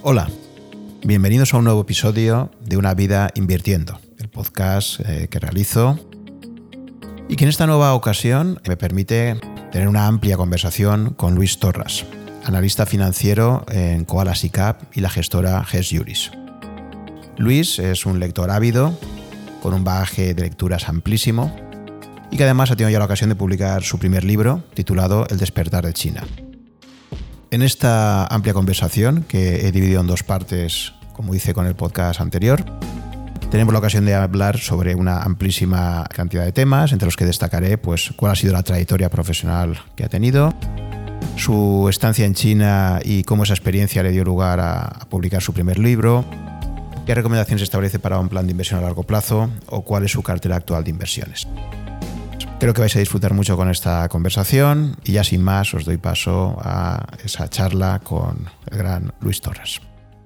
Hola, bienvenidos a un nuevo episodio de Una vida invirtiendo, el podcast que realizo y que en esta nueva ocasión me permite tener una amplia conversación con Luis Torras, analista financiero en Koala SICAV y la gestora GES Iuris. Luis es un lector ávido, con un bagaje de lecturas amplísimo y que además ha tenido ya la ocasión de publicar su primer libro titulado El despertar de China. En esta amplia conversación, que he dividido en dos partes, como hice con el podcast anterior, tenemos la ocasión de hablar sobre una amplísima cantidad de temas, entre los que destacaré cuál ha sido la trayectoria profesional que ha tenido, su estancia en China y cómo esa experiencia le dio lugar a publicar su primer libro, qué recomendaciones establece para un plan de inversión a largo plazo o cuál es su cartera actual de inversiones. Creo que vais a disfrutar mucho con esta conversación y ya sin más os doy paso a esa charla con el gran Luis Torras.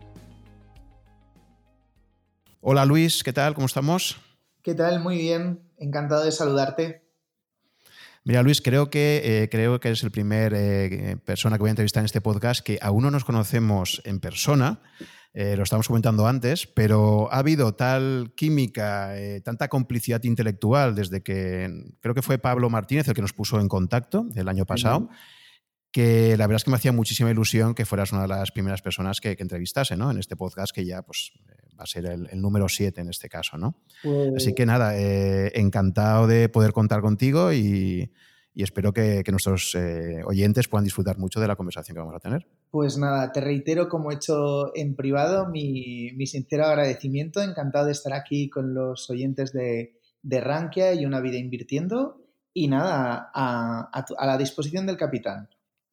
Hola Luis, ¿qué tal? ¿Cómo estamos? ¿Qué tal? Muy bien, encantado de saludarte. Mira Luis, creo que eres el primer persona que voy a entrevistar en este podcast que aún no nos conocemos en persona. Lo estábamos comentando antes, pero ha habido tal química, tanta complicidad intelectual desde que creo que fue Pablo Martínez el que nos puso en contacto el año pasado, que la verdad es que me hacía muchísima ilusión que fueras una de las primeras personas que entrevistase, ¿no? En este podcast que ya va a ser el número 7 en este caso, ¿no? Así que nada, encantado de poder contar contigo y espero que nuestros oyentes puedan disfrutar mucho de la conversación que vamos a tener. Pues nada, te reitero, como he hecho en privado, mi sincero agradecimiento. Encantado de estar aquí con los oyentes de Rankia y Una vida invirtiendo. Y nada, a la disposición del capitán.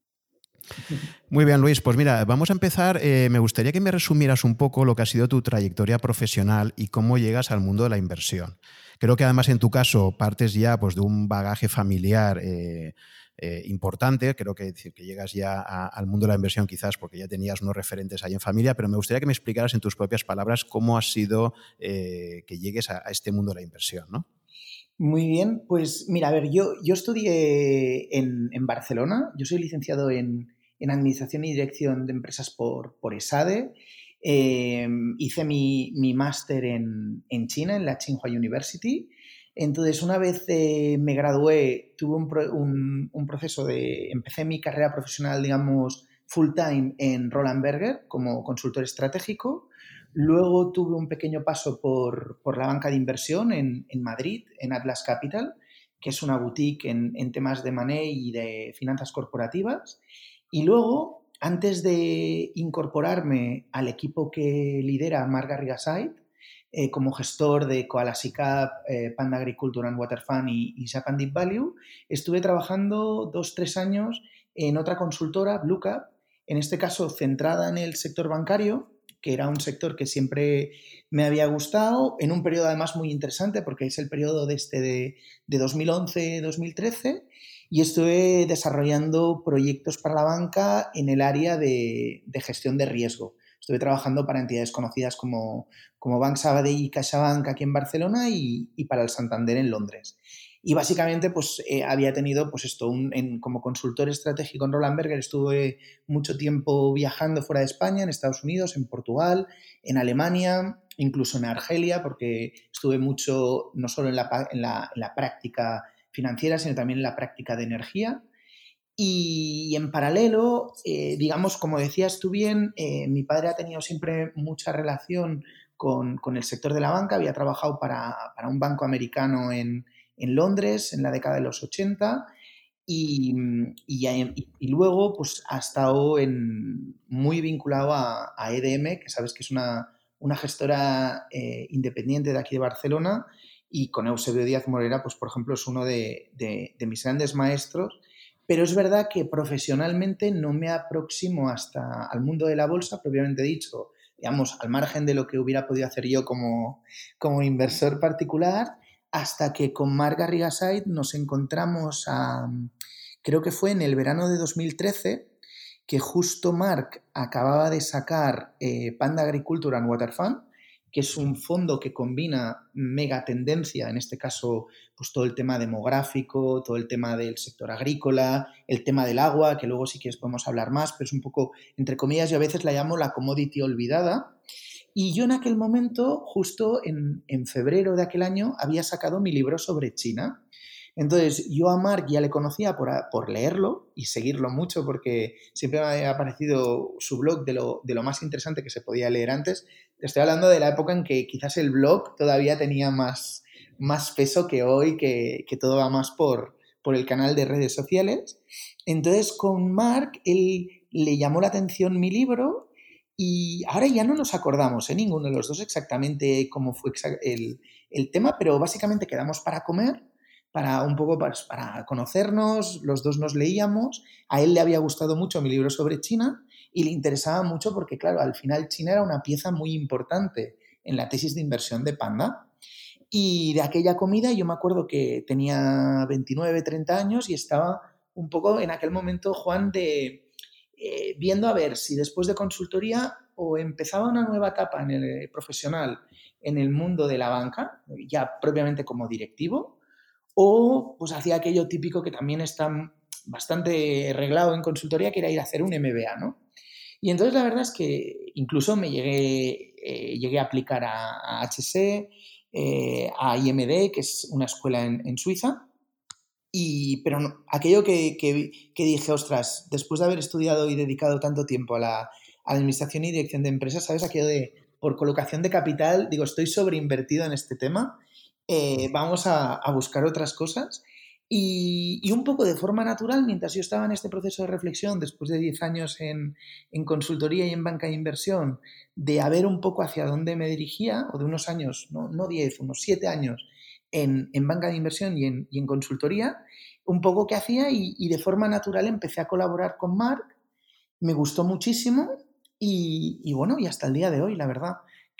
Muy bien, Luis. Pues mira, vamos a empezar. Me gustaría que me resumieras un poco lo que ha sido tu trayectoria profesional y cómo llegas al mundo de la inversión. Creo que además en tu caso partes ya de un bagaje familiar importante. Creo que llegas ya al mundo de la inversión quizás porque ya tenías unos referentes ahí en familia, pero me gustaría que me explicaras en tus propias palabras cómo ha sido que llegues a este mundo de la inversión, ¿no? Muy bien, pues mira, a ver, yo estudié en Barcelona, yo soy licenciado en Administración y Dirección de Empresas por ESADE, hice mi máster en China, en la Tsinghua University. Entonces, una vez me gradué, tuve un proceso empecé mi carrera profesional, digamos, full time en Roland Berger como consultor estratégico. Luego tuve un pequeño paso por la banca de inversión en Madrid, en Atlas Capital, que es una boutique en temas de money y de finanzas corporativas. Y luego, antes de incorporarme al equipo que lidera Marc Garrigasait, como gestor de Koala SICAV, Panda Agriculture and Water Fund y Japan Deep Value, estuve trabajando 2-3 años en otra consultora, Bluecap, en este caso centrada en el sector bancario, que era un sector que siempre me había gustado, en un periodo además muy interesante, porque es el periodo de 2011-2013, y estuve desarrollando proyectos para la banca en el área de gestión de riesgo. Estuve trabajando para entidades conocidas como Banc Sabadell y CaixaBank aquí en Barcelona y para el Santander en Londres. Y básicamente había tenido como consultor estratégico en Roland Berger, estuve mucho tiempo viajando fuera de España, en Estados Unidos, en Portugal, en Alemania, incluso en Argelia, porque estuve mucho no solo en la práctica financiera, sino también en la práctica de energía. Y en paralelo, digamos, como decías tú bien, mi padre ha tenido siempre mucha relación con el sector de la banca, había trabajado para un banco americano en Londres en la década de los 80 y luego ha estado muy vinculado a EDM, que sabes que es una gestora independiente de aquí de Barcelona, y con Eusebio Díaz Morera, por ejemplo, es uno de mis grandes maestros. Pero es verdad que profesionalmente no me aproximo hasta al mundo de la bolsa, propiamente dicho, digamos, al margen de lo que hubiera podido hacer yo como inversor particular, hasta que con Marc Garrigasait nos encontramos creo que fue en el verano de 2013, que justo Marc acababa de sacar Panda Agriculture and Water Fund, que es un fondo que combina mega tendencia, en este caso, pues todo el tema demográfico, todo el tema del sector agrícola, el tema del agua, que luego si quieres podemos hablar más, pero es un poco, entre comillas, yo a veces la llamo la commodity olvidada. Y yo en aquel momento, justo en febrero de aquel año, había sacado mi libro sobre China. Entonces, yo a Mark ya le conocía por leerlo y seguirlo mucho porque siempre me ha parecido su blog de lo más interesante que se podía leer antes. Te estoy hablando de la época en que quizás el blog todavía tenía más peso que hoy, que todo va más por el canal de redes sociales. Entonces, con Mark, él le llamó la atención mi libro y ahora ya no nos acordamos, ninguno de los dos exactamente cómo fue el tema, pero básicamente quedamos para comer, para un poco para conocernos, los dos nos leíamos, a él le había gustado mucho mi libro sobre China y le interesaba mucho porque, claro, al final China era una pieza muy importante en la tesis de inversión de Panda. Y de aquella comida yo me acuerdo que tenía 29, 30 años y estaba un poco en aquel momento, Juan, viendo a ver si después de consultoría o empezaba una nueva etapa en el profesional en el mundo de la banca, ya propiamente como directivo, o pues hacía aquello típico que también está bastante reglado en consultoría, que era ir a hacer un MBA, ¿no? Y entonces la verdad es que incluso llegué a aplicar a HC, a IMD, que es una escuela en Suiza, pero no, aquello que dije, ostras, después de haber estudiado y dedicado tanto tiempo a la administración y dirección de empresas, ¿sabes? Aquello de, por colocación de capital, digo, estoy sobreinvertido en este tema, vamos a buscar otras cosas. Y un poco de forma natural, mientras yo estaba en este proceso de reflexión, después de 10 años en consultoría y en banca de inversión, de a ver un poco hacia dónde me dirigía, o de unos años, no 10, unos 7 años, en banca de inversión y en consultoría, un poco qué hacía y de forma natural empecé a colaborar con Mark, me gustó muchísimo y bueno, y hasta el día de hoy, la verdad,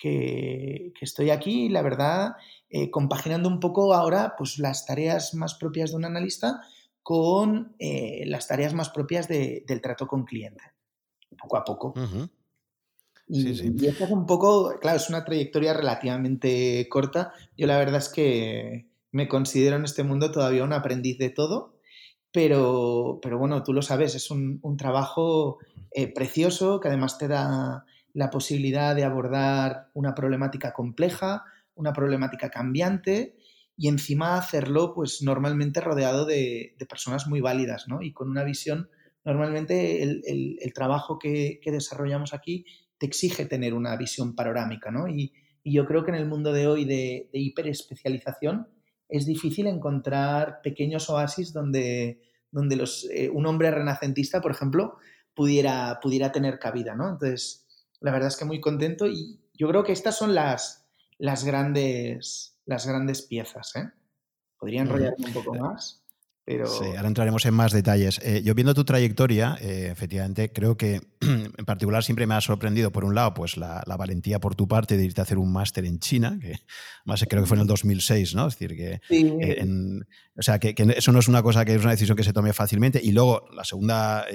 que estoy aquí, la verdad, compaginando un poco ahora pues las tareas más propias de un analista con las tareas más propias del trato con cliente, poco a poco. Uh-huh. Sí, sí. Y esta es un poco, claro, es una trayectoria relativamente corta. Yo la verdad es que me considero en este mundo todavía un aprendiz de todo, pero bueno, tú lo sabes, es un trabajo precioso que además te da la posibilidad de abordar una problemática compleja, una problemática cambiante y encima hacerlo pues normalmente rodeado de personas muy válidas, ¿no? Y con una visión, normalmente el trabajo que desarrollamos aquí te exige tener una visión panorámica, ¿no? Y yo creo que en el mundo de hoy de hiperespecialización es difícil encontrar pequeños oasis donde un hombre renacentista, por ejemplo, pudiera tener cabida, ¿no? Entonces, la verdad es que muy contento y yo creo que estas son las grandes piezas, ¿eh? Podría Uh-huh. enrollarme un poco más, Sí, pero ahora entraremos en más detalles. Yo viendo tu trayectoria, efectivamente, creo que en particular siempre me ha sorprendido, por un lado, pues la valentía por tu parte de irte a hacer un máster en China, que más creo que fue en el 2006, ¿no? Es decir, que, sí, o sea, que eso no es una cosa que es una decisión que se tome fácilmente. Y luego la segunda,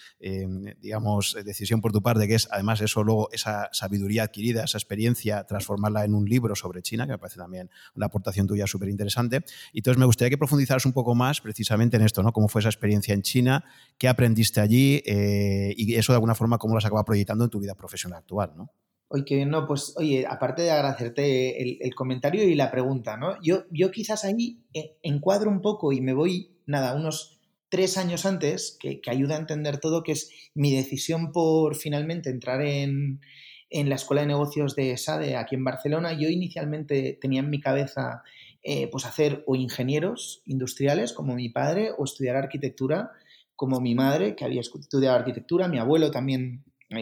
digamos, decisión por tu parte, que es además eso, luego esa sabiduría adquirida, esa experiencia, transformarla en un libro sobre China, que me parece también una aportación tuya súper interesante. Y entonces me gustaría que profundizaras un poco más precisamente en esto, ¿no? ¿Cómo fue esa experiencia en China? ¿Qué aprendiste allí? Y eso de alguna forma, ¿cómo lo has acabado proyectando en tu vida profesional actual, ¿no? oye, que no, pues, oye, aparte de agradecerte el comentario y la pregunta, ¿no? Yo quizás ahí encuadro un poco y me voy, nada, unos 3 años antes, que ayuda a entender todo, que es mi decisión por finalmente entrar en la Escuela de Negocios de SADE aquí en Barcelona. Yo inicialmente tenía en mi cabeza pues hacer o ingenieros industriales como mi padre o estudiar arquitectura como mi madre, que había estudiado arquitectura, mi abuelo también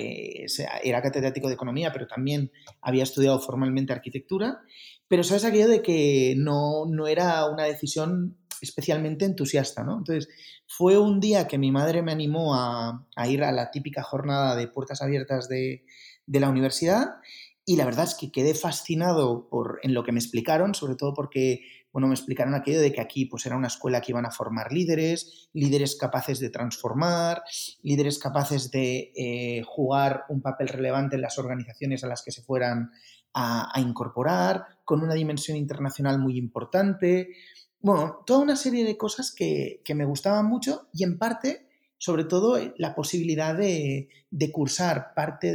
era catedrático de economía, pero también había estudiado formalmente arquitectura. Pero sabes aquello de que no era una decisión especialmente entusiasta, ¿no? Entonces, fue un día que mi madre me animó a ir a la típica jornada de puertas abiertas de la universidad y la verdad es que quedé fascinado en lo que me explicaron, sobre todo porque bueno, me explicaron aquello de que aquí pues era una escuela que iban a formar líderes, líderes capaces de transformar, líderes capaces de jugar un papel relevante en las organizaciones a las que se fueran a incorporar, con una dimensión internacional muy importante. Bueno, toda una serie de cosas que me gustaban mucho y en parte, sobre todo, la posibilidad de cursar parte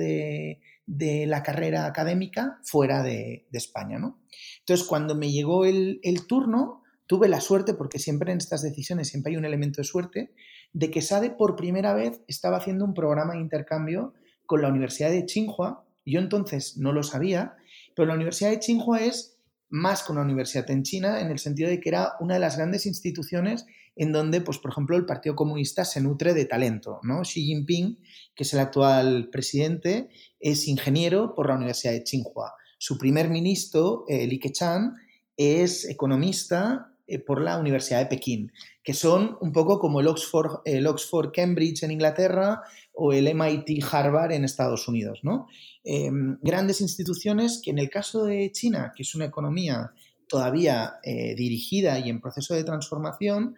de la carrera académica fuera de España, ¿no? Entonces, cuando me llegó el turno, tuve la suerte, porque siempre en estas decisiones siempre hay un elemento de suerte, de que SADE por primera vez estaba haciendo un programa de intercambio con la Universidad de Tsinghua. Yo entonces no lo sabía, pero la Universidad de Tsinghua es más que una universidad en China, en el sentido de que era una de las grandes instituciones en donde, pues, por ejemplo, el Partido Comunista se nutre de talento, ¿no? Xi Jinping, que es el actual presidente, es ingeniero por la Universidad de Tsinghua. Su primer ministro, Li Keqiang, es economista por la Universidad de Pekín, que son un poco como el Oxford Cambridge en Inglaterra o el MIT Harvard en Estados Unidos, ¿no? Grandes instituciones que en el caso de China, que es una economía todavía dirigida y en proceso de transformación,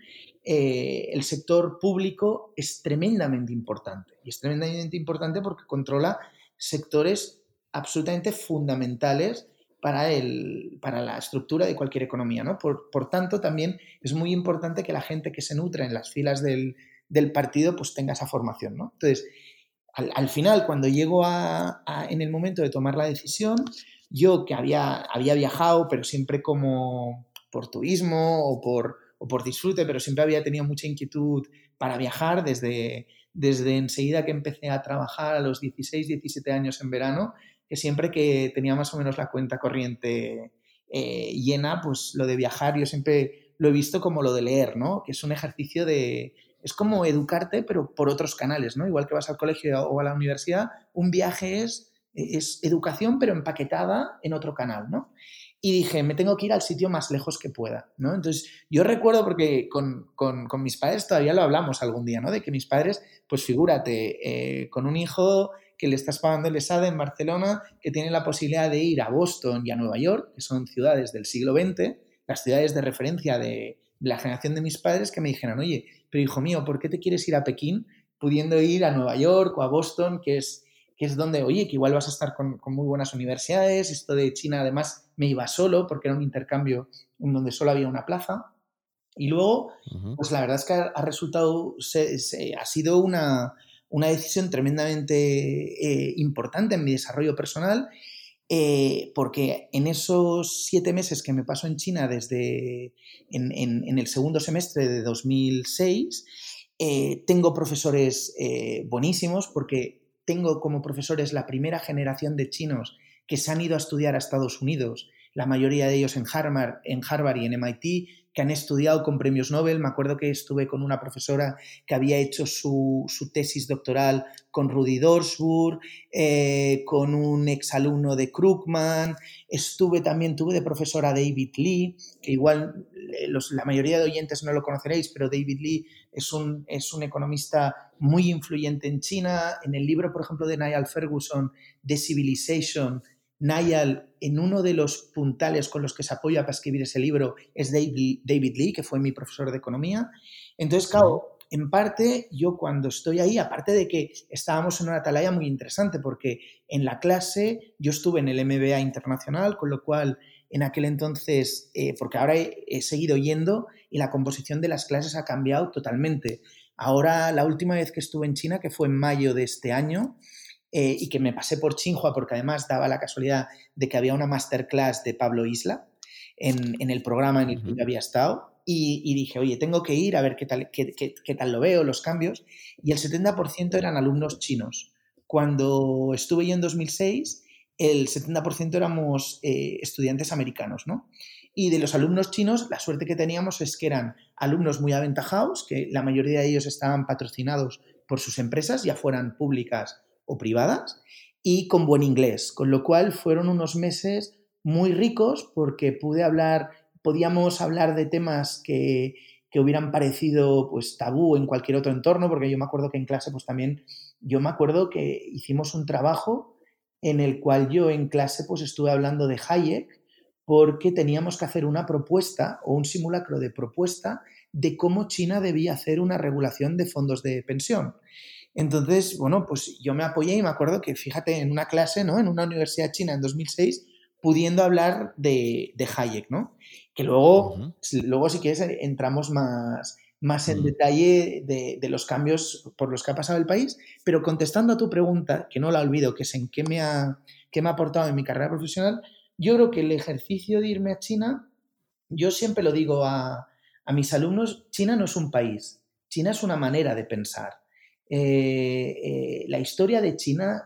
el sector público es tremendamente importante. Y es tremendamente importante porque controla sectores absolutamente fundamentales para la estructura de cualquier economía, ¿no? Por tanto, también es muy importante que la gente que se nutre en las filas del partido pues tenga esa formación, ¿no? Entonces, al final, cuando llego en el momento de tomar la decisión, yo que había viajado, pero siempre como por turismo o por disfrute, pero siempre había tenido mucha inquietud para viajar desde enseguida que empecé a trabajar a los 16, 17 años en verano, que siempre que tenía más o menos la cuenta corriente llena, pues lo de viajar yo siempre lo he visto como lo de leer, ¿no? Que es un ejercicio es como educarte, pero por otros canales, ¿no? Igual que vas al colegio o a la universidad, un viaje es educación, pero empaquetada en otro canal, ¿no? Y dije, me tengo que ir al sitio más lejos que pueda, ¿no? Entonces, yo recuerdo, porque con mis padres todavía lo hablamos algún día, ¿no? De que mis padres, pues figúrate, con un hijo que le estás pagando el ESADE en Barcelona, que tiene la posibilidad de ir a Boston y a Nueva York, que son ciudades del siglo XX, las ciudades de referencia de la generación de mis padres, que me dijeron, oye, pero hijo mío, ¿por qué te quieres ir a Pekín pudiendo ir a Nueva York o a Boston, que es donde, oye, que igual vas a estar con muy buenas universidades? Esto de China, además, me iba solo porque era un intercambio en donde solo había una plaza. Y luego, pues la verdad es que ha resultado, ha sido una decisión tremendamente importante en mi desarrollo personal, porque en esos 7 meses que me paso en China en el segundo semestre de 2006, tengo profesores buenísimos, porque tengo como profesores la primera generación de chinos que se han ido a estudiar a Estados Unidos, la mayoría de ellos en Harvard y en MIT, que han estudiado con premios Nobel. Me acuerdo que estuve con una profesora que había hecho su tesis doctoral con Rudy Dorsburg, con un exalumno de Krugman. Tuve de profesora a David Lee, que igual la mayoría de oyentes no lo conoceréis, pero David Lee es un economista muy influyente en China. En el libro, por ejemplo, de Niall Ferguson, The Civilization, Niall, en uno de los puntales con los que se apoya para escribir ese libro, es David Lee, que fue mi profesor de economía. Entonces, claro, en parte, yo cuando estoy ahí, aparte de que estábamos en una atalaya muy interesante, porque en la clase yo estuve en el MBA internacional, con lo cual en aquel entonces, porque ahora he seguido yendo y la composición de las clases ha cambiado totalmente. Ahora, la última vez que estuve en China, que fue en mayo de este año, y que me pasé por Tsinghua, porque además daba la casualidad de que había una masterclass de Pablo Isla en el programa en el que yo había estado, y dije, oye, tengo que ir a ver qué tal lo veo, los cambios, y el 70% eran alumnos chinos. Cuando estuve yo en 2006, el 70% éramos estudiantes americanos, ¿no? Y de los alumnos chinos, la suerte que teníamos es que eran alumnos muy aventajados, que la mayoría de ellos estaban patrocinados por sus empresas, ya fueran públicas o privadas, y con buen inglés, con lo cual fueron unos meses muy ricos, porque podíamos hablar de temas que hubieran parecido pues tabú en cualquier otro entorno, porque yo me acuerdo que en clase pues también, yo me acuerdo que hicimos un trabajo en el cual yo en clase pues estuve hablando de Hayek, porque teníamos que hacer una propuesta o un simulacro de propuesta de cómo China debía hacer una regulación de fondos de pensión. Entonces, bueno, pues yo me apoyé y me acuerdo que, fíjate, en una clase, ¿no? En una universidad china en 2006, pudiendo hablar de Hayek, ¿no? Que luego si quieres, entramos más en detalle de los cambios por los que ha pasado el país, pero contestando a tu pregunta, que no la olvido, que es en qué me ha aportado en mi carrera profesional, yo creo que el ejercicio de irme a China, yo siempre lo digo a mis alumnos, China no es un país, China es una manera de pensar. La historia de China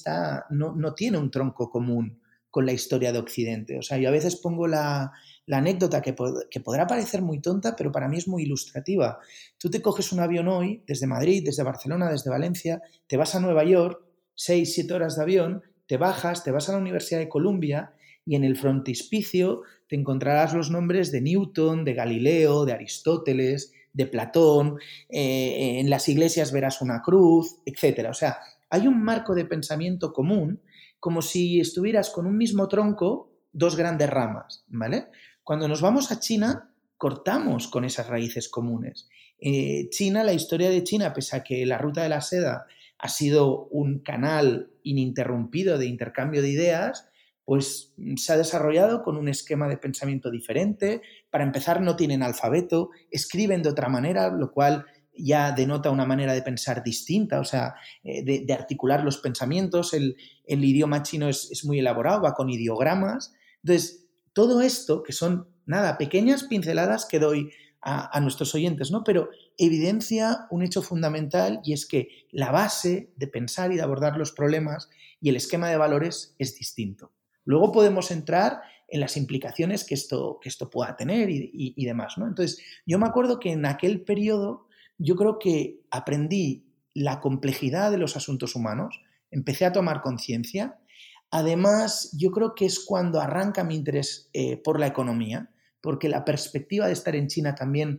no tiene un tronco común con la historia de Occidente. O sea, yo a veces pongo la anécdota que podrá parecer muy tonta, pero para mí es muy ilustrativa. Tú te coges un avión hoy, desde Madrid, desde Barcelona, desde Valencia, te vas a Nueva York, 6, 7 horas de avión, te bajas, te vas a la Universidad de Columbia y en el frontispicio te encontrarás los nombres de Newton, de Galileo, de Aristóteles, de Platón, en las iglesias verás una cruz, etc. O sea, hay un marco de pensamiento común, como si estuvieras con un mismo tronco, dos grandes ramas, ¿vale? Cuando nos vamos a China, cortamos con esas raíces comunes. China, la historia de China, pese a que la ruta de la seda ha sido un canal ininterrumpido de intercambio de ideas, pues se ha desarrollado con un esquema de pensamiento diferente. Para empezar, no tienen alfabeto, escriben de otra manera, lo cual ya denota una manera de pensar distinta, o sea, de articular los pensamientos. El idioma chino es muy elaborado, va con ideogramas. Entonces, todo esto, que son, nada, pequeñas pinceladas que doy a nuestros oyentes, ¿no? Pero evidencia un hecho fundamental, y es que la base de pensar y de abordar los problemas y el esquema de valores es distinto. Luego podemos entrar en las implicaciones que esto pueda tener y demás, ¿no? Entonces, yo me acuerdo que en aquel periodo yo creo que aprendí la complejidad de los asuntos humanos, empecé a tomar conciencia. Además, yo creo que es cuando arranca mi interés por la economía, porque la perspectiva de estar en China también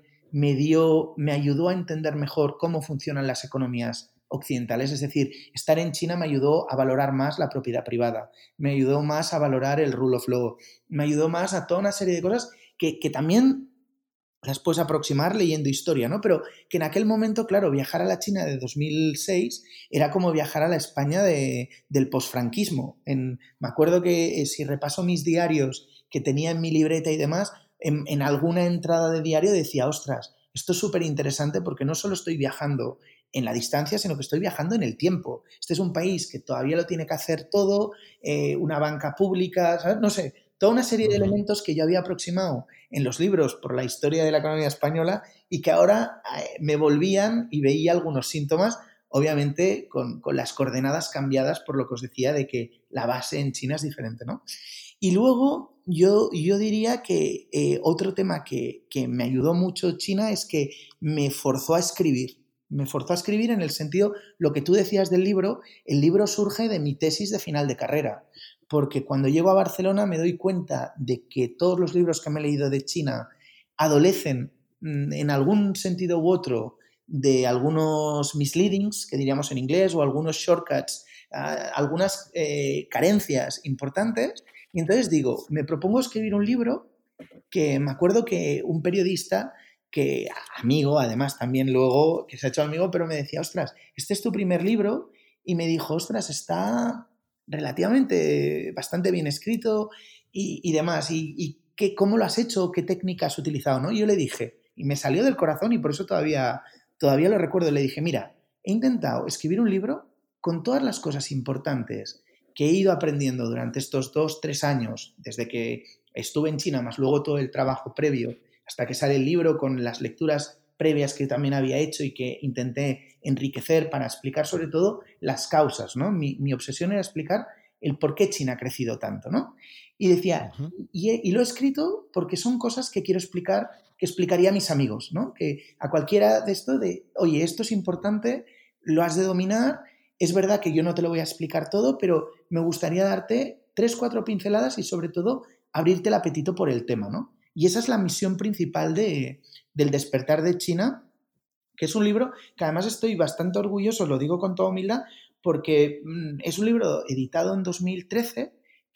me ayudó a entender mejor cómo funcionan las economías occidentales. Es decir, estar en China me ayudó a valorar más la propiedad privada, me ayudó más a valorar el rule of law, me ayudó más a toda una serie de cosas que también las puedes aproximar leyendo historia, ¿no? Pero que en aquel momento, claro, viajar a la China de 2006 era como viajar a la España del posfranquismo. Me acuerdo que si repaso mis diarios que tenía en mi libreta y demás, en alguna entrada de diario decía, ostras, esto es súper interesante porque no solo estoy viajando en la distancia, sino que estoy viajando en el tiempo. Este es un país que todavía lo tiene que hacer todo, una banca pública, ¿sabes? No sé, toda una serie de elementos que yo había aproximado en los libros por la historia de la economía española y que ahora me volvían y veía algunos síntomas, obviamente con las coordenadas cambiadas por lo que os decía de que la base en China es diferente, ¿no? Y luego yo diría que otro tema que me ayudó mucho China es que me forzó a escribir. Me forzó a escribir en el sentido, lo que tú decías del libro, el libro surge de mi tesis de final de carrera, porque cuando llego a Barcelona me doy cuenta de que todos los libros que me he leído de China adolecen en algún sentido u otro de algunos misleadings, que diríamos en inglés, o algunos shortcuts, algunas carencias importantes, y entonces digo, me propongo escribir un libro que me acuerdo que un periodista que amigo, además también luego, que se ha hecho amigo, pero me decía, ostras, este es tu primer libro, y me dijo, ostras, está relativamente bastante bien escrito y demás, y ¿cómo lo has hecho? ¿Qué técnica has utilizado? ¿No? Y yo le dije, y me salió del corazón y por eso todavía lo recuerdo, le dije, mira, he intentado escribir un libro con todas las cosas importantes que he ido aprendiendo durante estos 2, 3 años, desde que estuve en China, más luego todo el trabajo previo, hasta que sale el libro con las lecturas previas que también había hecho y que intenté enriquecer para explicar sobre todo las causas, ¿no? Mi obsesión era explicar el por qué China ha crecido tanto, ¿no? Y decía, y lo he escrito porque son cosas que quiero explicar, que explicaría a mis amigos, ¿no? Que a cualquiera de esto oye, esto es importante, lo has de dominar, es verdad que yo no te lo voy a explicar todo, pero me gustaría darte 3, 4 pinceladas y sobre todo abrirte el apetito por el tema, ¿no? Y esa es la misión principal del Despertar de China, que es un libro que además estoy bastante orgulloso, lo digo con toda humildad, porque es un libro editado en 2013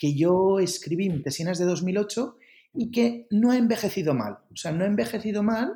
que yo escribí, mi tesina es de 2008, y que no ha envejecido mal. O sea, no ha envejecido mal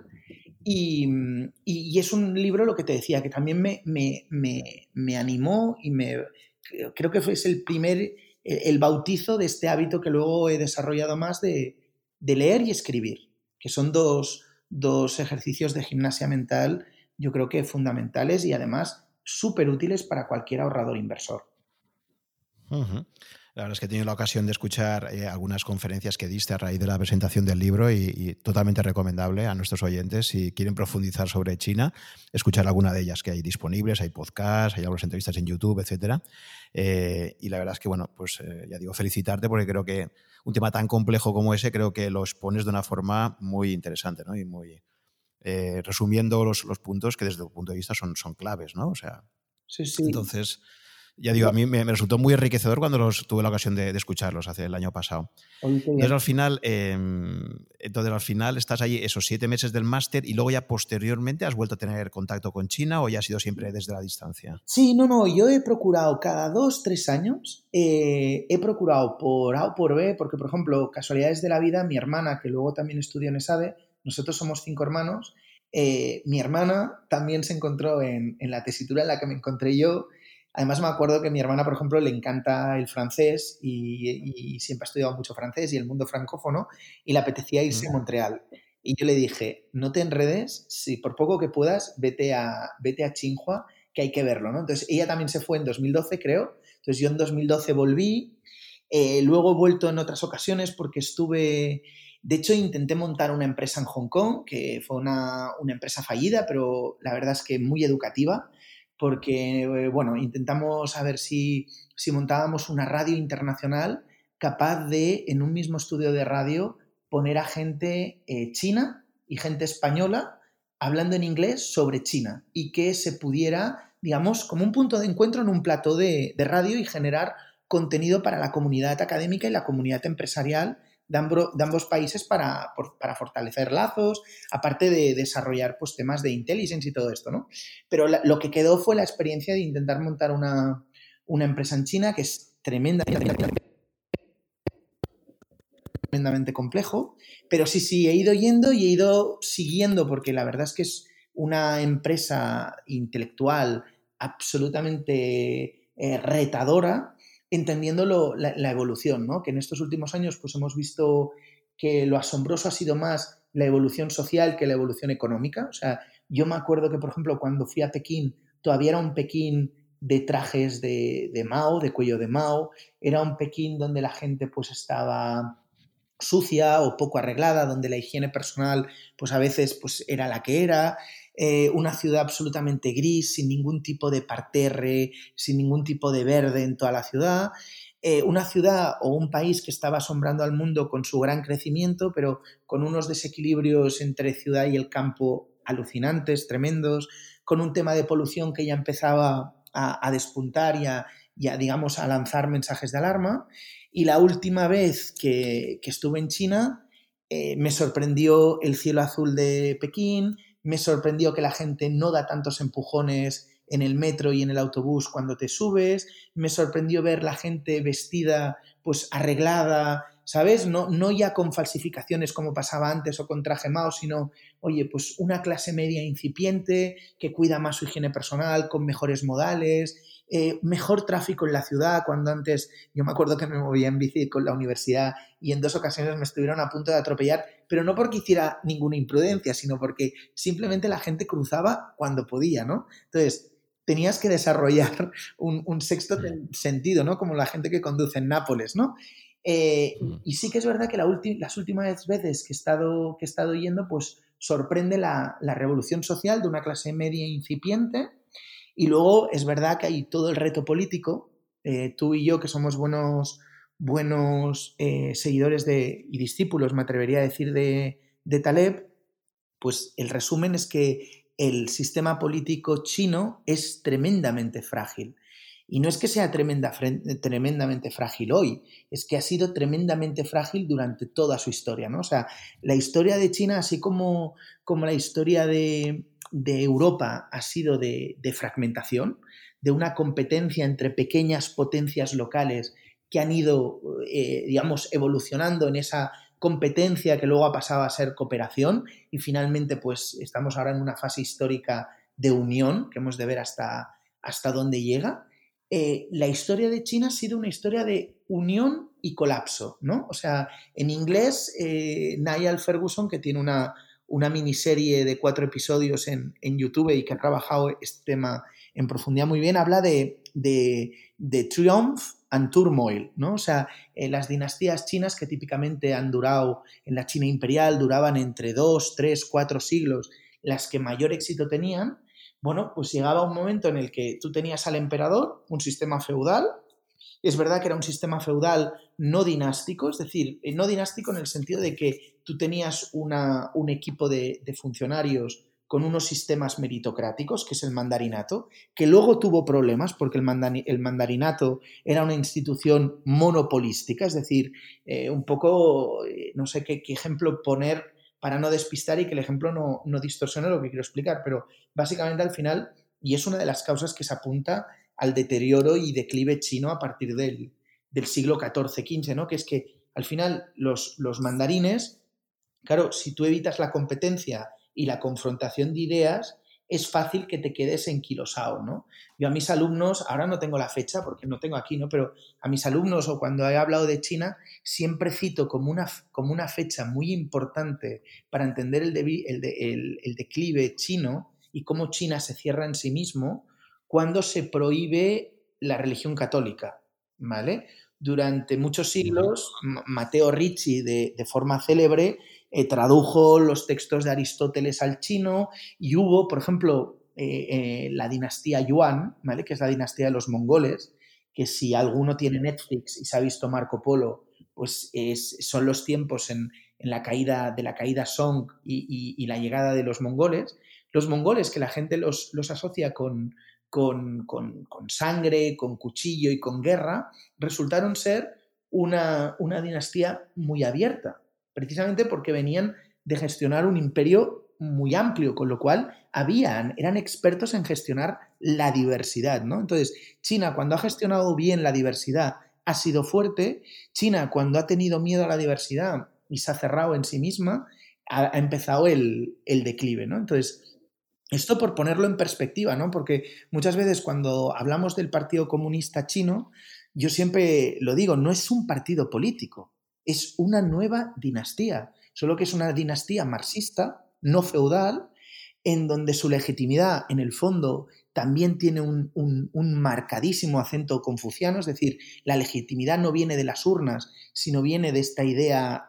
y es un libro, lo que te decía, que también me animó y creo que fue el bautizo de este hábito que luego he desarrollado más de leer y escribir, que son dos ejercicios de gimnasia mental, yo creo que fundamentales y además súper útiles para cualquier ahorrador inversor. Uh-huh. La verdad es que he tenido la ocasión de escuchar algunas conferencias que diste a raíz de la presentación del libro y totalmente recomendable a nuestros oyentes si quieren profundizar sobre China, escuchar alguna de ellas que hay disponibles, hay podcasts, hay algunas entrevistas en YouTube, etcétera. Y la verdad es que, bueno, pues ya digo, felicitarte porque creo que un tema tan complejo como ese creo que lo expones de una forma muy interesante, ¿no? Y muy resumiendo los puntos que desde tu punto de vista son claves, ¿no? O sea, sí, sí. Entonces, ya digo, a mí me resultó muy enriquecedor cuando tuve la ocasión de escucharlos hace el año pasado. Entonces al final estás ahí esos 7 meses del máster y luego ya posteriormente has vuelto a tener contacto con China o ya ha sido siempre desde la distancia. Sí, no, yo he procurado cada 2-3 años, he procurado por A o por B, porque por ejemplo, casualidades de la vida, mi hermana, que luego también estudió en ESADE, nosotros somos 5 hermanos, mi hermana también se encontró en la tesitura en la que me encontré yo. Además me acuerdo que a mi hermana, por ejemplo, le encanta el francés y siempre ha estudiado mucho francés y el mundo francófono y le apetecía irse a Montreal. Y yo le dije, no te enredes, si por poco que puedas, vete a Tsinghua, que hay que verlo, ¿no? Entonces ella también se fue en 2012, creo. Entonces yo en 2012 volví, luego he vuelto en otras ocasiones porque de hecho intenté montar una empresa en Hong Kong, que fue una empresa fallida, pero la verdad es que muy educativa, porque, bueno, intentamos a ver si montábamos una radio internacional capaz de, en un mismo estudio de radio, poner a gente china y gente española hablando en inglés sobre China y que se pudiera, digamos, como un punto de encuentro en un plató de radio y generar contenido para la comunidad académica y la comunidad empresarial de ambos países para fortalecer lazos, aparte de desarrollar pues, temas de intelligence y todo esto, ¿no? Pero lo que quedó fue la experiencia de intentar montar una empresa en China que es tremendamente complejo, pero sí, he ido yendo y he ido siguiendo porque la verdad es que es una empresa intelectual absolutamente retadora, entendiendo la evolución, ¿no? Que en estos últimos años pues hemos visto que lo asombroso ha sido más la evolución social que la evolución económica. O sea, yo me acuerdo que, por ejemplo, cuando fui a Pekín, todavía era un Pekín de trajes de Mao, de cuello de Mao, era un Pekín donde la gente pues estaba sucia o poco arreglada, donde la higiene personal pues a veces pues era la que era, una ciudad absolutamente gris, sin ningún tipo de parterre, sin ningún tipo de verde en toda la ciudad, una ciudad o un país que estaba asombrando al mundo con su gran crecimiento, pero con unos desequilibrios entre ciudad y el campo alucinantes, tremendos, con un tema de polución que ya empezaba a despuntar y a, digamos, a lanzar mensajes de alarma. Y la última vez que estuve en China, me sorprendió el cielo azul de Pekín, me sorprendió que la gente no da tantos empujones en el metro y en el autobús cuando te subes, me sorprendió ver la gente vestida, pues arreglada, ¿sabes? No ya con falsificaciones como pasaba antes o con traje Mao, sino, oye, pues una clase media incipiente que cuida más su higiene personal, con mejores modales, mejor tráfico en la ciudad, cuando antes yo me acuerdo que me movía en bici con la universidad y en 2 ocasiones me estuvieron a punto de atropellar, pero no porque hiciera ninguna imprudencia, sino porque simplemente la gente cruzaba cuando podía, ¿no? Entonces, tenías que desarrollar un sexto sentido, ¿no? Como la gente que conduce en Nápoles, ¿no? Y sí que es verdad que las últimas veces que he estado yendo, pues sorprende la revolución social de una clase media incipiente. Y luego es verdad que hay todo el reto político. Tú y yo, que somos buenos seguidores y discípulos, me atrevería a decir, de Taleb, pues el resumen es que el sistema político chino es tremendamente frágil. Y no es que sea tremendamente frágil hoy, es que ha sido tremendamente frágil durante toda su historia, ¿no? O sea, la historia de China, así como la historia de Europa ha sido de fragmentación, de una competencia entre pequeñas potencias locales que han ido, digamos, evolucionando en esa competencia que luego ha pasado a ser cooperación y finalmente pues estamos ahora en una fase histórica de unión que hemos de ver hasta dónde llega. La historia de China ha sido una historia de unión y colapso, ¿no? O sea, en inglés, Niall Ferguson, que tiene una miniserie de 4 episodios en YouTube y que ha trabajado este tema en profundidad muy bien, habla de triumph and turmoil, ¿no? O sea, las dinastías chinas que típicamente han durado en la China imperial, duraban entre 2, 3, 4 siglos, las que mayor éxito tenían. Bueno, pues llegaba un momento en el que tú tenías al emperador, un sistema feudal. Es verdad que era un sistema feudal no dinástico, es decir, no dinástico en el sentido de que tú tenías un equipo de funcionarios con unos sistemas meritocráticos, que es el mandarinato, que luego tuvo problemas porque el mandarinato era una institución monopolística, es decir, un poco, no sé qué ejemplo poner para no despistar y que el ejemplo no distorsione lo que quiero explicar, pero básicamente al final, y es una de las causas que se apunta al deterioro y declive chino a partir del siglo XIV-XV, ¿no? Que es que al final los mandarines, claro, si tú evitas la competencia y la confrontación de ideas, es fácil que te quedes enquilosado, ¿no? Yo a mis alumnos, ahora no tengo la fecha porque no tengo aquí, ¿no? Pero a mis alumnos o cuando he hablado de China, siempre cito como una fecha muy importante para entender el declive chino y cómo China se cierra en sí mismo cuando se prohíbe la religión católica, ¿vale? Durante muchos siglos, Matteo Ricci, de forma célebre, tradujo los textos de Aristóteles al chino y hubo, por ejemplo, la dinastía Yuan, ¿vale? Que es la dinastía de los mongoles, que si alguno tiene Netflix y se ha visto Marco Polo, pues son los tiempos en la caída Song y la llegada de los mongoles. Los mongoles, que la gente los asocia con sangre, con cuchillo y con guerra, resultaron ser una dinastía muy abierta, precisamente porque venían de gestionar un imperio muy amplio, con lo cual eran expertos en gestionar la diversidad, ¿no? Entonces, China, cuando ha gestionado bien la diversidad, ha sido fuerte. China, cuando ha tenido miedo a la diversidad y se ha cerrado en sí misma, ha empezado el declive, ¿no? Entonces, esto por ponerlo en perspectiva, ¿no? Porque muchas veces cuando hablamos del Partido Comunista Chino, yo siempre lo digo, no es un partido político, es una nueva dinastía, solo que es una dinastía marxista, no feudal, en donde su legitimidad, en el fondo, también tiene un marcadísimo acento confuciano, es decir, la legitimidad no viene de las urnas, sino viene de esta idea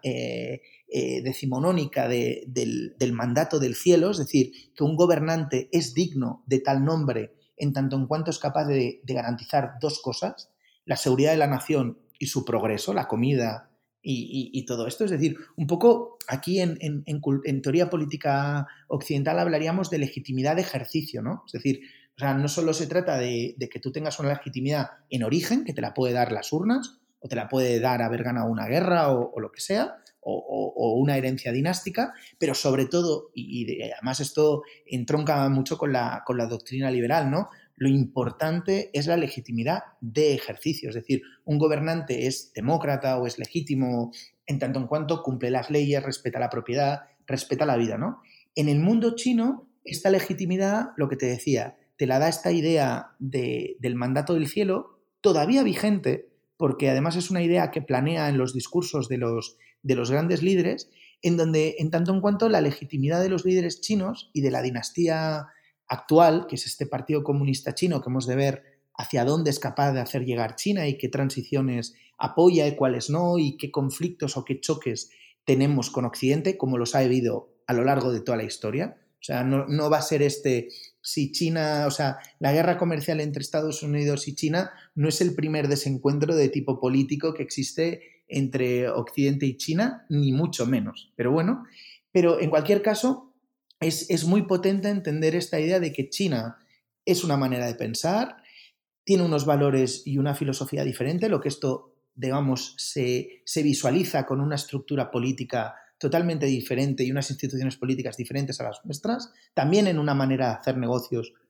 decimonónica del mandato del cielo, es decir, que un gobernante es digno de tal nombre en tanto en cuanto es capaz de garantizar 2 cosas, la seguridad de la nación y su progreso, la comida y todo esto. Es decir, un poco aquí en teoría política occidental hablaríamos de legitimidad de ejercicio, ¿no? Es decir, o sea, no solo se trata de que tú tengas una legitimidad en origen, que te la puede dar las urnas, o te la puede dar haber ganado una guerra o lo que sea, o una herencia dinástica, pero sobre todo, y además esto entronca mucho con la doctrina liberal, ¿no? Lo importante es la legitimidad de ejercicio, es decir, un gobernante es demócrata o es legítimo en tanto en cuanto cumple las leyes, respeta la propiedad, respeta la vida, ¿no? En el mundo chino, esta legitimidad, lo que te decía, te la da esta idea del mandato del cielo, todavía vigente, porque además es una idea que planea en los discursos de los grandes líderes, en donde, en tanto en cuanto la legitimidad de los líderes chinos y de la dinastía actual, que es este Partido Comunista Chino, que hemos de ver hacia dónde es capaz de hacer llegar China y qué transiciones apoya y cuáles no, y qué conflictos o qué choques tenemos con Occidente, como los ha habido a lo largo de toda la historia. O sea, no va a ser si China, o sea, la guerra comercial entre Estados Unidos y China no es el primer desencuentro de tipo político que existe entre Occidente y China, ni mucho menos. Pero bueno, en cualquier caso, es muy potente entender esta idea de que China es una manera de pensar, tiene unos valores y una filosofía diferente, lo que esto, digamos, se visualiza con una estructura política totalmente diferente y unas instituciones políticas diferentes a las nuestras, también en una manera de hacer negocios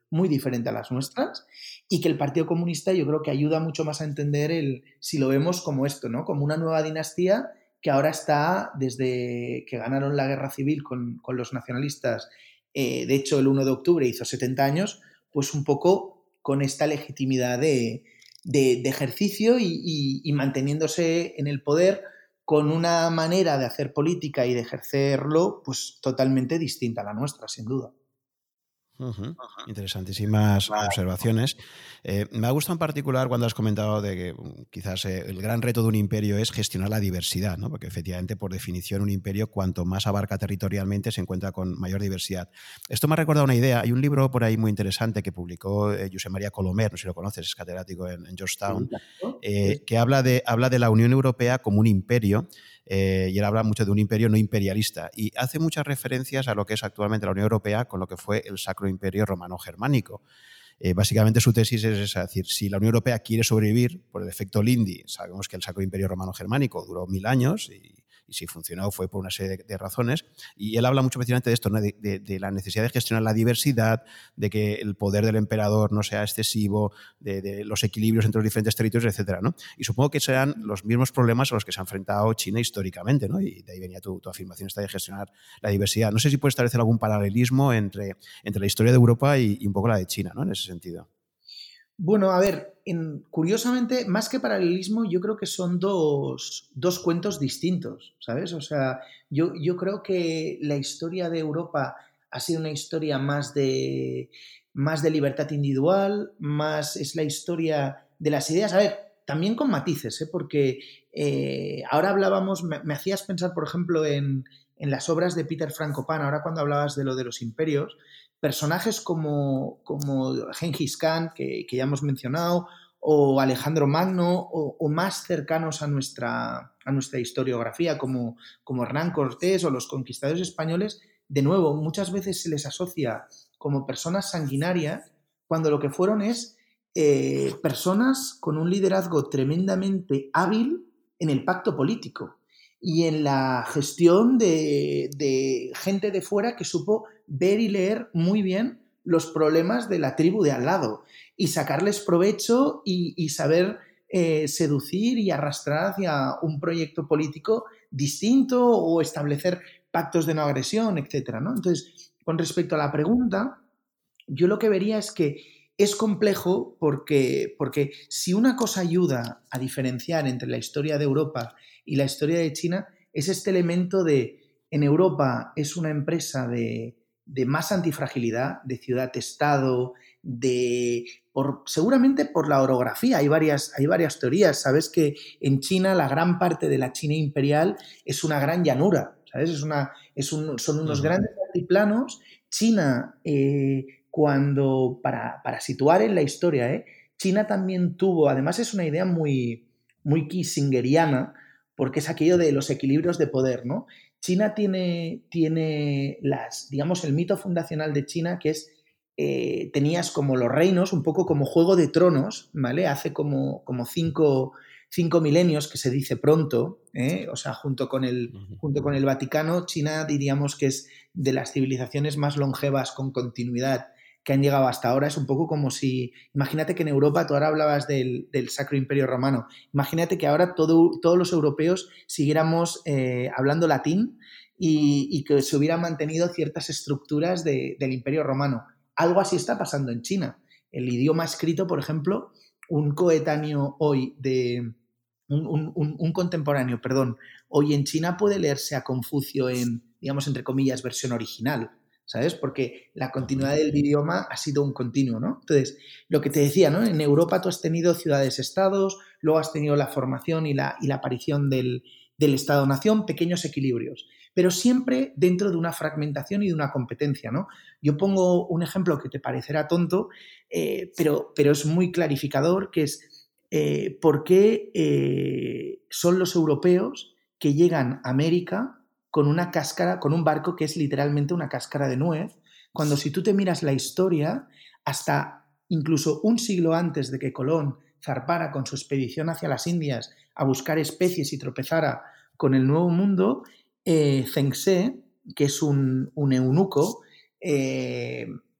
muy diferente a las nuestras, y que el Partido Comunista yo creo que ayuda mucho más a entender si lo vemos como esto, ¿no? Como una nueva dinastía que ahora está, desde que ganaron la guerra civil con los nacionalistas, de hecho el 1 de octubre hizo 70 años, pues un poco con esta legitimidad de ejercicio y manteniéndose en el poder con una manera de hacer política y de ejercerlo pues totalmente distinta a la nuestra, sin duda. Uh-huh. Interesantísimas observaciones. Me ha gustado en particular cuando has comentado de que quizás el gran reto de un imperio es gestionar la diversidad, ¿no? Porque efectivamente, por definición, un imperio cuanto más abarca territorialmente se encuentra con mayor diversidad. Esto me ha recordado una idea. Hay un libro por ahí muy interesante que publicó Josep María Colomer, no sé si lo conoces, es catedrático en Georgetown, que habla de la Unión Europea como un imperio. Y él habla mucho de un imperio no imperialista y hace muchas referencias a lo que es actualmente la Unión Europea con lo que fue el Sacro Imperio Romano-Germánico. Básicamente su tesis es esa, es decir, si la Unión Europea quiere sobrevivir por el efecto Lindy, sabemos que el Sacro Imperio Romano-Germánico duró 1000 años y si funcionó fue por una serie de razones, y él habla mucho precisamente de esto, ¿no? de la necesidad de gestionar la diversidad, de que el poder del emperador no sea excesivo, de los equilibrios entre los diferentes territorios, etcétera, ¿no? Y supongo que serán los mismos problemas a los que se ha enfrentado China históricamente, ¿no? Y de ahí venía tu afirmación esta de gestionar la diversidad. No sé si puedes establecer algún paralelismo entre la historia de Europa y un poco la de China, ¿no? En ese sentido. Bueno, a ver, curiosamente, más que paralelismo, yo creo que son dos cuentos distintos, ¿sabes? O sea, yo creo que la historia de Europa ha sido una historia más de libertad individual, más es la historia de las ideas. A ver, también con matices, ¿eh? Porque ahora hablábamos, me hacías pensar, por ejemplo, en las obras de Peter Frankopan, ahora cuando hablabas de lo de los imperios, personajes como Genghis Khan, que ya hemos mencionado, o Alejandro Magno, o más cercanos a nuestra historiografía, como Hernán Cortés o los conquistadores españoles, de nuevo, muchas veces se les asocia como personas sanguinarias, cuando lo que fueron es personas con un liderazgo tremendamente hábil en el pacto político y en la gestión de gente de fuera que supo ver y leer muy bien los problemas de la tribu de al lado y sacarles provecho y saber seducir y arrastrar hacia un proyecto político distinto o establecer pactos de no agresión, etcétera, ¿no? Entonces, con respecto a la pregunta, yo lo que vería es que es complejo porque si una cosa ayuda a diferenciar entre la historia de Europa y la historia de China, es este elemento de en Europa es una empresa de más antifragilidad, de ciudad-estado, seguramente por la orografía. Hay varias teorías. Sabes que en China la gran parte de la China imperial es una gran llanura, ¿sabes? Son unos grandes altiplanos. China, cuando, para situar en la historia, China también tuvo, además es una idea muy, muy kissingeriana, porque es aquello de los equilibrios de poder, ¿no? China tiene digamos, el mito fundacional de China, que es, tenías como los reinos, un poco como Juego de Tronos, ¿vale? Hace como 5 milenios, que se dice pronto, o sea, junto con el Vaticano, China diríamos que es de las civilizaciones más longevas con continuidad que han llegado hasta ahora. Es un poco como si, imagínate que en Europa, tú ahora hablabas del Sacro Imperio Romano, imagínate que ahora todos los europeos siguiéramos hablando latín y que se hubieran mantenido ciertas estructuras del Imperio Romano. Algo así está pasando en China. El idioma escrito, por ejemplo, un contemporáneo, hoy en China puede leerse a Confucio en, digamos, entre comillas, versión original, ¿sabes? Porque la continuidad del idioma ha sido un continuo, ¿no? Entonces, lo que te decía, ¿no? En Europa tú has tenido ciudades-estados, luego has tenido la formación y la aparición del Estado-nación, pequeños equilibrios, pero siempre dentro de una fragmentación y de una competencia, ¿no? Yo pongo un ejemplo que te parecerá tonto, pero es muy clarificador, que es por qué son los europeos que llegan a América con una cáscara, con un barco que es literalmente una cáscara de nuez, cuando si tú te miras la historia, hasta incluso un siglo antes de que Colón zarpara con su expedición hacia las Indias a buscar especies y tropezara con el Nuevo Mundo, Zheng He, que es un eunuco,